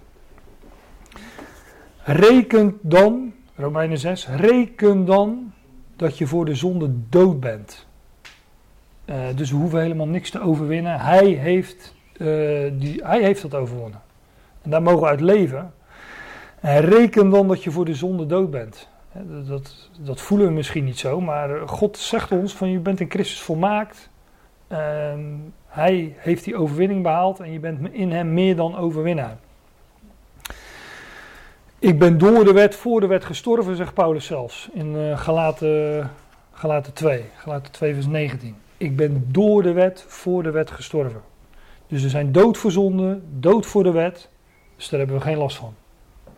Reken dan, Romeinen 6, reken dan dat je voor de zonde dood bent. Dus we hoeven helemaal niks te overwinnen. Hij heeft dat overwonnen. En daar mogen we uit leven. En reken dan dat je voor de zonde dood bent. Dat voelen we misschien niet zo, maar God zegt ons van je bent in Christus volmaakt. Hij heeft die overwinning behaald en je bent in hem meer dan overwinnaar. Ik ben door de wet, voor de wet gestorven, zegt Paulus zelfs in Galaten 2 vers 19. Ik ben door de wet, voor de wet gestorven. Dus er zijn dood voor zonde, dood voor de wet, dus daar hebben we geen last van.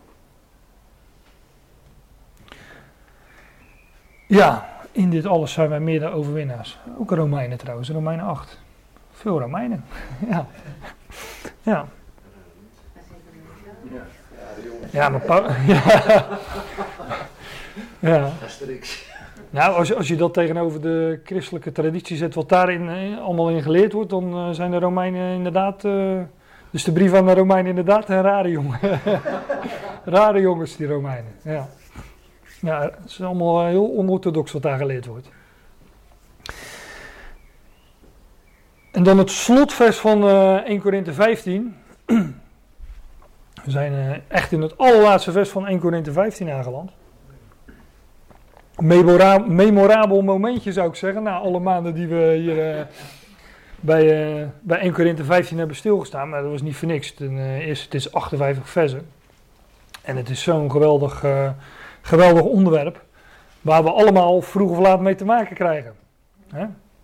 Ja, in dit alles zijn wij meer dan overwinnaars. Ook Romeinen trouwens, Romeinen 8. Veel Romeinen. Ja. Ja. Ja, maar ja. Asterix. Nou, als je dat tegenover de christelijke traditie zet, wat daarin allemaal in geleerd wordt, dan zijn de Romeinen inderdaad Dus de brief aan de Romeinen inderdaad een rare jongen. Rare jongens, die Romeinen. Ja. Ja, het is allemaal heel onorthodox wat daar geleerd wordt. En dan het slotvers van 1 Korinthe 15. We zijn echt in het allerlaatste vers van 1 Korinthe 15 aangeland. Memorabel momentje zou ik zeggen, na alle maanden die we hier bij 1 Korinthe 15 hebben stilgestaan. Maar dat was niet voor niks. Het is 58 versen. En het is zo'n geweldig onderwerp, waar we allemaal vroeg of laat mee te maken krijgen. Hè?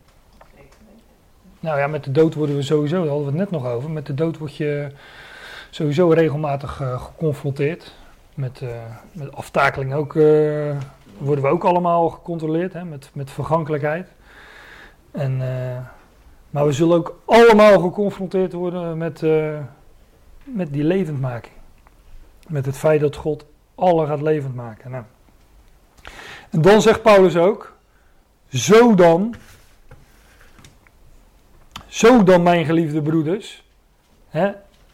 Nou ja, met de dood worden we sowieso, daar hadden we het net nog over, met de dood word je sowieso regelmatig geconfronteerd. Met aftakeling ook worden we ook allemaal gecontroleerd, hè, met vergankelijkheid. Maar we zullen ook allemaal geconfronteerd worden met die levendmaking. Met het feit dat God alle gaat levend maken. Nou. En dan zegt Paulus ook, zo dan mijn geliefde broeders, hè,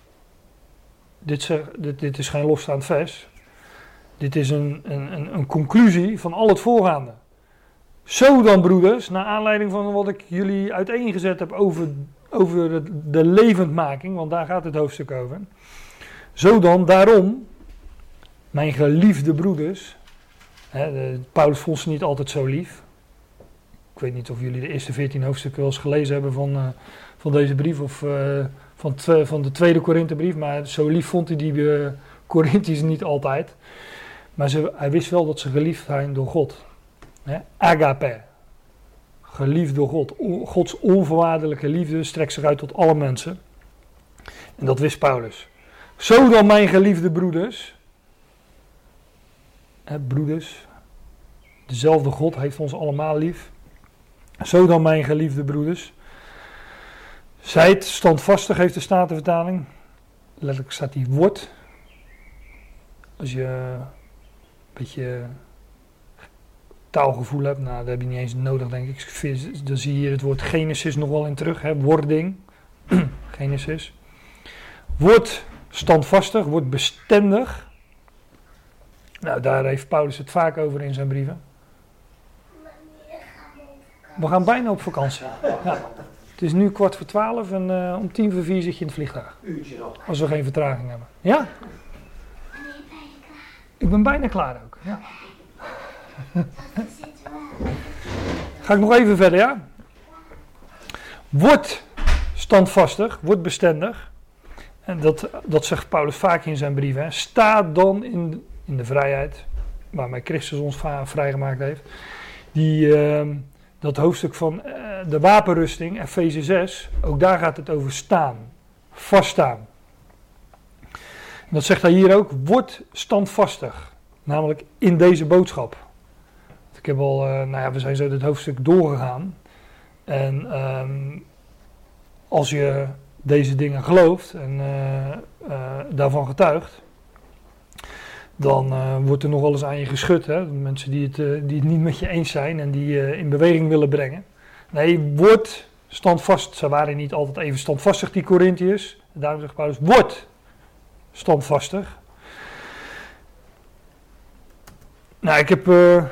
dit is geen losstaand vers, dit is een conclusie van al het voorgaande. Zo dan broeders, naar aanleiding van wat ik jullie uiteengezet heb over de levendmaking, want daar gaat het hoofdstuk over. Zo dan, daarom, mijn geliefde broeders, Paulus vond ze niet altijd zo lief. Ik weet niet of jullie de eerste 14 hoofdstukken wel eens gelezen hebben van deze brief of van de tweede Korinthebrief, maar zo lief vond hij die Korinthiërs niet altijd. Maar hij wist wel dat ze geliefd zijn door God. Agape, geliefd door God. Gods onvoorwaardelijke liefde strekt zich uit tot alle mensen. En dat wist Paulus. Zo dan mijn geliefde broeders. Broeders, dezelfde God heeft ons allemaal lief. Zo dan mijn geliefde broeders. Zijt standvastig, heeft de Statenvertaling. Letterlijk staat die wordt. Als je een beetje taalgevoel hebt, nou dat heb je niet eens nodig denk ik. Dan zie je hier het woord Genesis nog wel in terug. Wording. Genesis. Wordt standvastig, wordt bestendig. Nou, daar heeft Paulus het vaak over in zijn brieven. We gaan bijna op vakantie. Ja. Het is nu 11:45 en om 11:45 zit je in het vliegtuig. Uurtje nog. Als we geen vertraging hebben. Ja? Ik ben bijna klaar ook. Ja. Ga ik nog even verder, ja? Word standvastig, word bestendig. En dat zegt Paulus vaak in zijn brieven. Hè. Sta dan in de vrijheid, waarmee Christus ons vrijgemaakt heeft. Dat hoofdstuk van de wapenrusting, Efeze 6, ook daar gaat het over staan, vaststaan. En dat zegt hij hier ook, word standvastig, namelijk in deze boodschap. Ik heb al, we zijn zo dit hoofdstuk doorgegaan. En als je deze dingen gelooft en daarvan getuigt, dan wordt er nog wel eens aan je geschud. Hè? Mensen die het niet met je eens zijn en die je in beweging willen brengen. Nee, word standvastig. Ze waren niet altijd even standvastig, die Korinthiërs. Daarom zegt Paulus, word standvastig. Nou, ik heb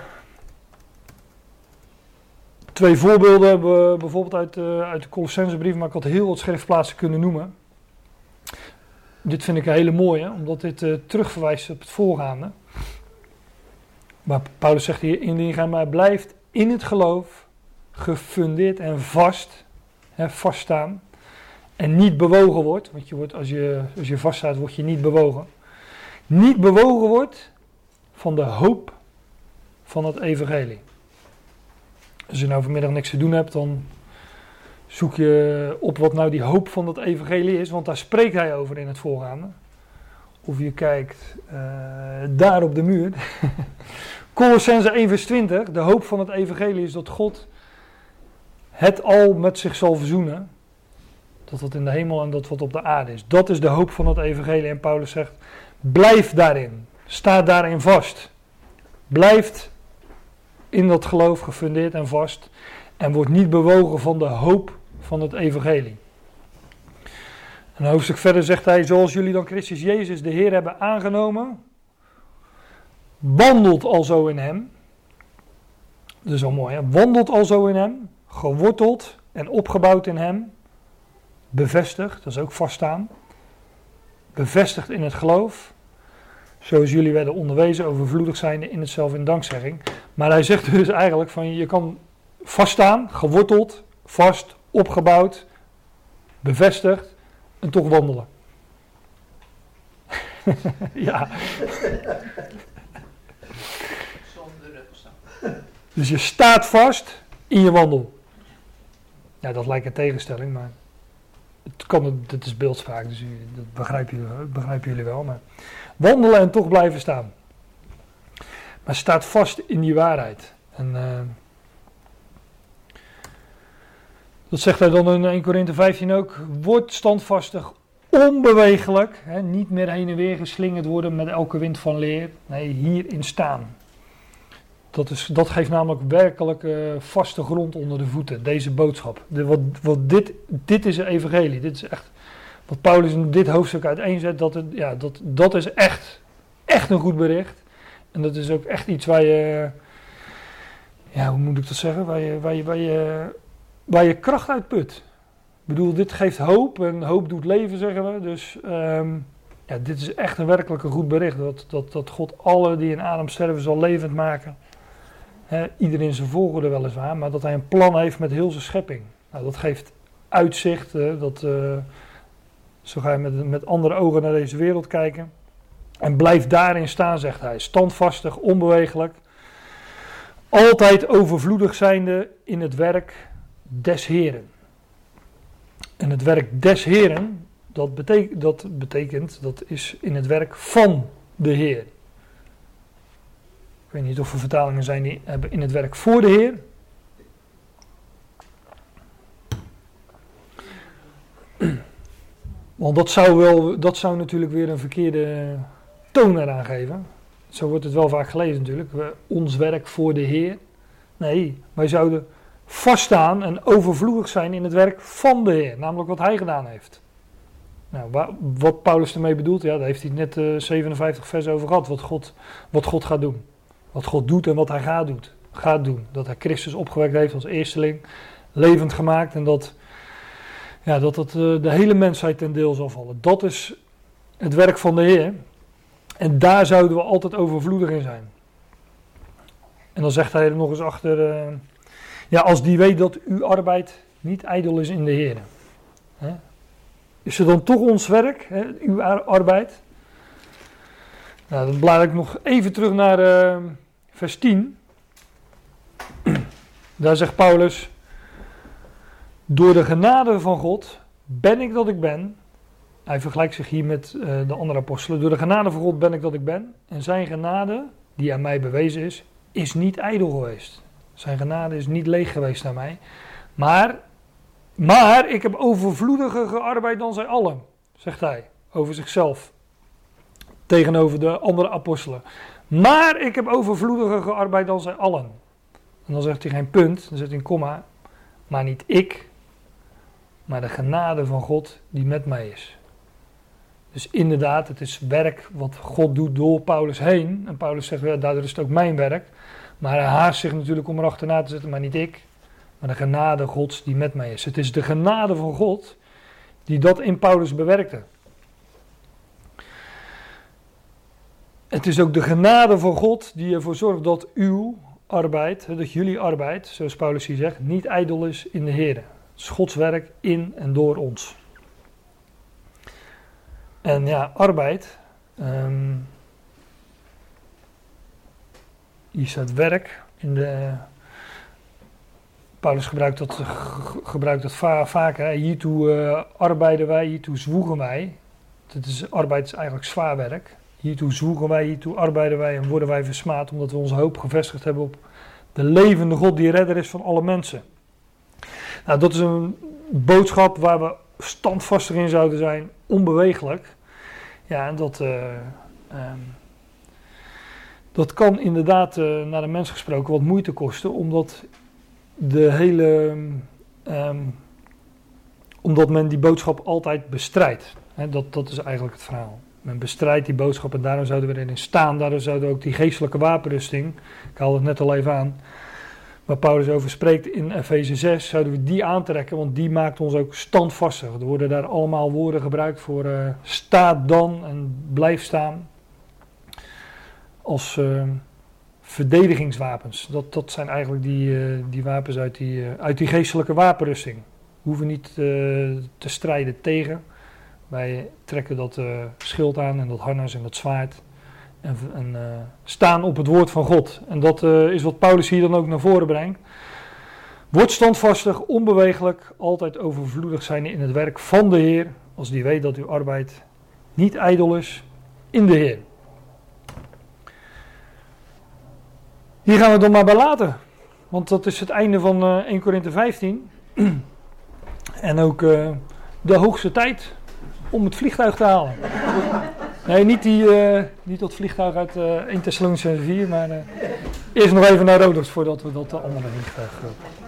2 voorbeelden, bijvoorbeeld uit de Colossensebrief, maar ik had heel wat schriftplaatsen kunnen noemen. Dit vind ik een hele mooie, omdat dit terugverwijst op het voorgaande. Maar Paulus zegt hier, indien gij maar blijft in het geloof, gefundeerd en vaststaan, en niet bewogen wordt, want als je vaststaat, word je niet bewogen. Niet bewogen wordt van de hoop van het evangelie. Als je nou vanmiddag niks te doen hebt, dan zoek je op wat nou die hoop van het evangelie is, want daar spreekt hij over in het voorgaande. Of je kijkt daar op de muur. Colossense 1 vers 20, de hoop van het evangelie is dat God het al met zich zal verzoenen. Dat wat in de hemel en dat wat op de aarde is. Dat is de hoop van het evangelie. En Paulus zegt, blijf daarin. Sta daarin vast. Blijf in dat geloof gefundeerd en vast. En word niet bewogen van de hoop van het evangelie. En een hoofdstuk verder zegt hij, zoals jullie dan Christus Jezus de Heer hebben aangenomen, wandelt alzo in hem. Dat is wel mooi, hè? Wandelt alzo in hem, geworteld en opgebouwd in hem, bevestigd, dat is ook vaststaan, bevestigd in het geloof, zoals jullie werden onderwezen, overvloedig zijnde in het zelf in dankzegging. Maar hij zegt dus eigenlijk van, je kan vaststaan, geworteld, vast, opgebouwd, bevestigd en toch wandelen. Ja. Zonder rugzak. Dus je staat vast in je wandel. Ja, dat lijkt een tegenstelling, maar het is beeldspraak, dus dat begrijpen jullie wel. Maar wandelen en toch blijven staan. Maar staat vast in die waarheid. En dat zegt hij dan in 1 Korinthe 15 ook. Word standvastig, onbewegelijk. Hè, niet meer heen en weer geslingerd worden met elke wind van leer. Nee, hierin staan. Dat geeft namelijk werkelijk vaste grond onder de voeten. Deze boodschap. Dit is een evangelie. Dit is echt wat Paulus in dit hoofdstuk uiteenzet. Dat is echt een goed bericht. En dat is ook echt iets waar je... Ja, hoe moet ik dat zeggen? Waar je kracht uit put. Ik bedoel, dit geeft hoop. En hoop doet leven, zeggen we. Dus dit is echt een werkelijk een goed bericht. Dat God alle die in Adam sterven zal levend maken. Iedereen zijn volgorde weliswaar, maar dat hij een plan heeft met heel zijn schepping. Nou, dat geeft uitzicht, zo ga je met andere ogen naar deze wereld kijken. En blijf daarin staan, zegt hij, standvastig, onbewegelijk. Altijd overvloedig zijnde in het werk des Heren. En het werk des Heren, dat is in het werk van de Heer. Ik weet niet of er vertalingen zijn die hebben in het werk voor de Heer. Want dat zou natuurlijk weer een verkeerde toon eraan geven. Zo wordt het wel vaak gelezen natuurlijk. Ons werk voor de Heer. Nee, wij zouden vaststaan en overvloedig zijn in het werk van de Heer. Namelijk wat hij gedaan heeft. Nou, wat Paulus ermee bedoelt, ja, daar heeft hij net 57 vers over gehad. Wat God gaat doen. Wat God doet en wat hij gaat doen. Dat hij Christus opgewekt heeft als eersteling, levend gemaakt en dat de hele mensheid ten deel zal vallen. Dat is het werk van de Heer. En daar zouden we altijd overvloedig in zijn. En dan zegt hij er nog eens achter, als die weet dat uw arbeid niet ijdel is in de Heer. Is er dan toch ons werk, uw arbeid? Nou, dan blaad ik nog even terug naar vers 10. Daar zegt Paulus, door de genade van God ben ik dat ik ben. Hij vergelijkt zich hier met de andere apostelen. Door de genade van God ben ik dat ik ben. En zijn genade, die aan mij bewezen is niet ijdel geweest. Zijn genade is niet leeg geweest aan mij. Maar ik heb overvloediger gearbeid dan zij allen, zegt hij, over zichzelf. Tegenover de andere apostelen. Maar ik heb overvloediger gearbeid dan zij allen. En dan zegt hij geen punt, dan zet hij een komma. Maar niet ik, maar de genade van God die met mij is. Dus inderdaad, het is werk wat God doet door Paulus heen. En Paulus zegt, daardoor is het ook mijn werk. Maar hij haast zich natuurlijk om erachterna te zetten, maar niet ik. Maar de genade Gods die met mij is. Het is de genade van God die dat in Paulus bewerkte. Het is ook de genade van God die ervoor zorgt dat uw arbeid, dat jullie arbeid, zoals Paulus hier zegt, niet ijdel is in de Heer. Het is Gods werk in en door ons. En ja, arbeid. Hier staat werk. Paulus gebruikt dat vaker. Hiertoe arbeiden wij, hiertoe zwoegen wij. Arbeid is eigenlijk zwaar werk. Hiertoe zwoegen wij, hiertoe arbeiden wij en worden wij versmaad, omdat we onze hoop gevestigd hebben op de levende God die redder is van alle mensen. Nou, dat is een boodschap waar we standvastig in zouden zijn, onbewegelijk. Ja, en dat kan inderdaad naar de mens gesproken wat moeite kosten, omdat de hele Omdat men die boodschap altijd bestrijdt. Dat is eigenlijk het verhaal. Men bestrijdt die boodschap en daarom zouden we erin staan. Daarom zouden we ook die geestelijke wapenrusting, ik haalde het net al even aan, waar Paulus over spreekt in Efeze 6, zouden we die aantrekken, want die maakt ons ook standvastig. Er worden daar allemaal woorden gebruikt voor staat dan en blijf staan. Als verdedigingswapens. Dat zijn eigenlijk die wapens uit die geestelijke wapenrusting. We hoeven niet te strijden tegen. Wij trekken dat schild aan en dat harnas en dat zwaard. En staan op het woord van God. En dat is wat Paulus hier dan ook naar voren brengt. Word standvastig, onbeweeglijk, altijd overvloedig zijn in het werk van de Heer. Als die weet dat uw arbeid niet ijdel is in de Heer. Hier gaan we het dan maar bij laten. Want dat is het einde van 1 Korinthe 15. En ook de hoogste tijd om het vliegtuig te halen. Nee, niet dat vliegtuig uit 1 Thessalonicenzen 4, maar eerst nog even naar Rodos voordat we dat andere vliegtuig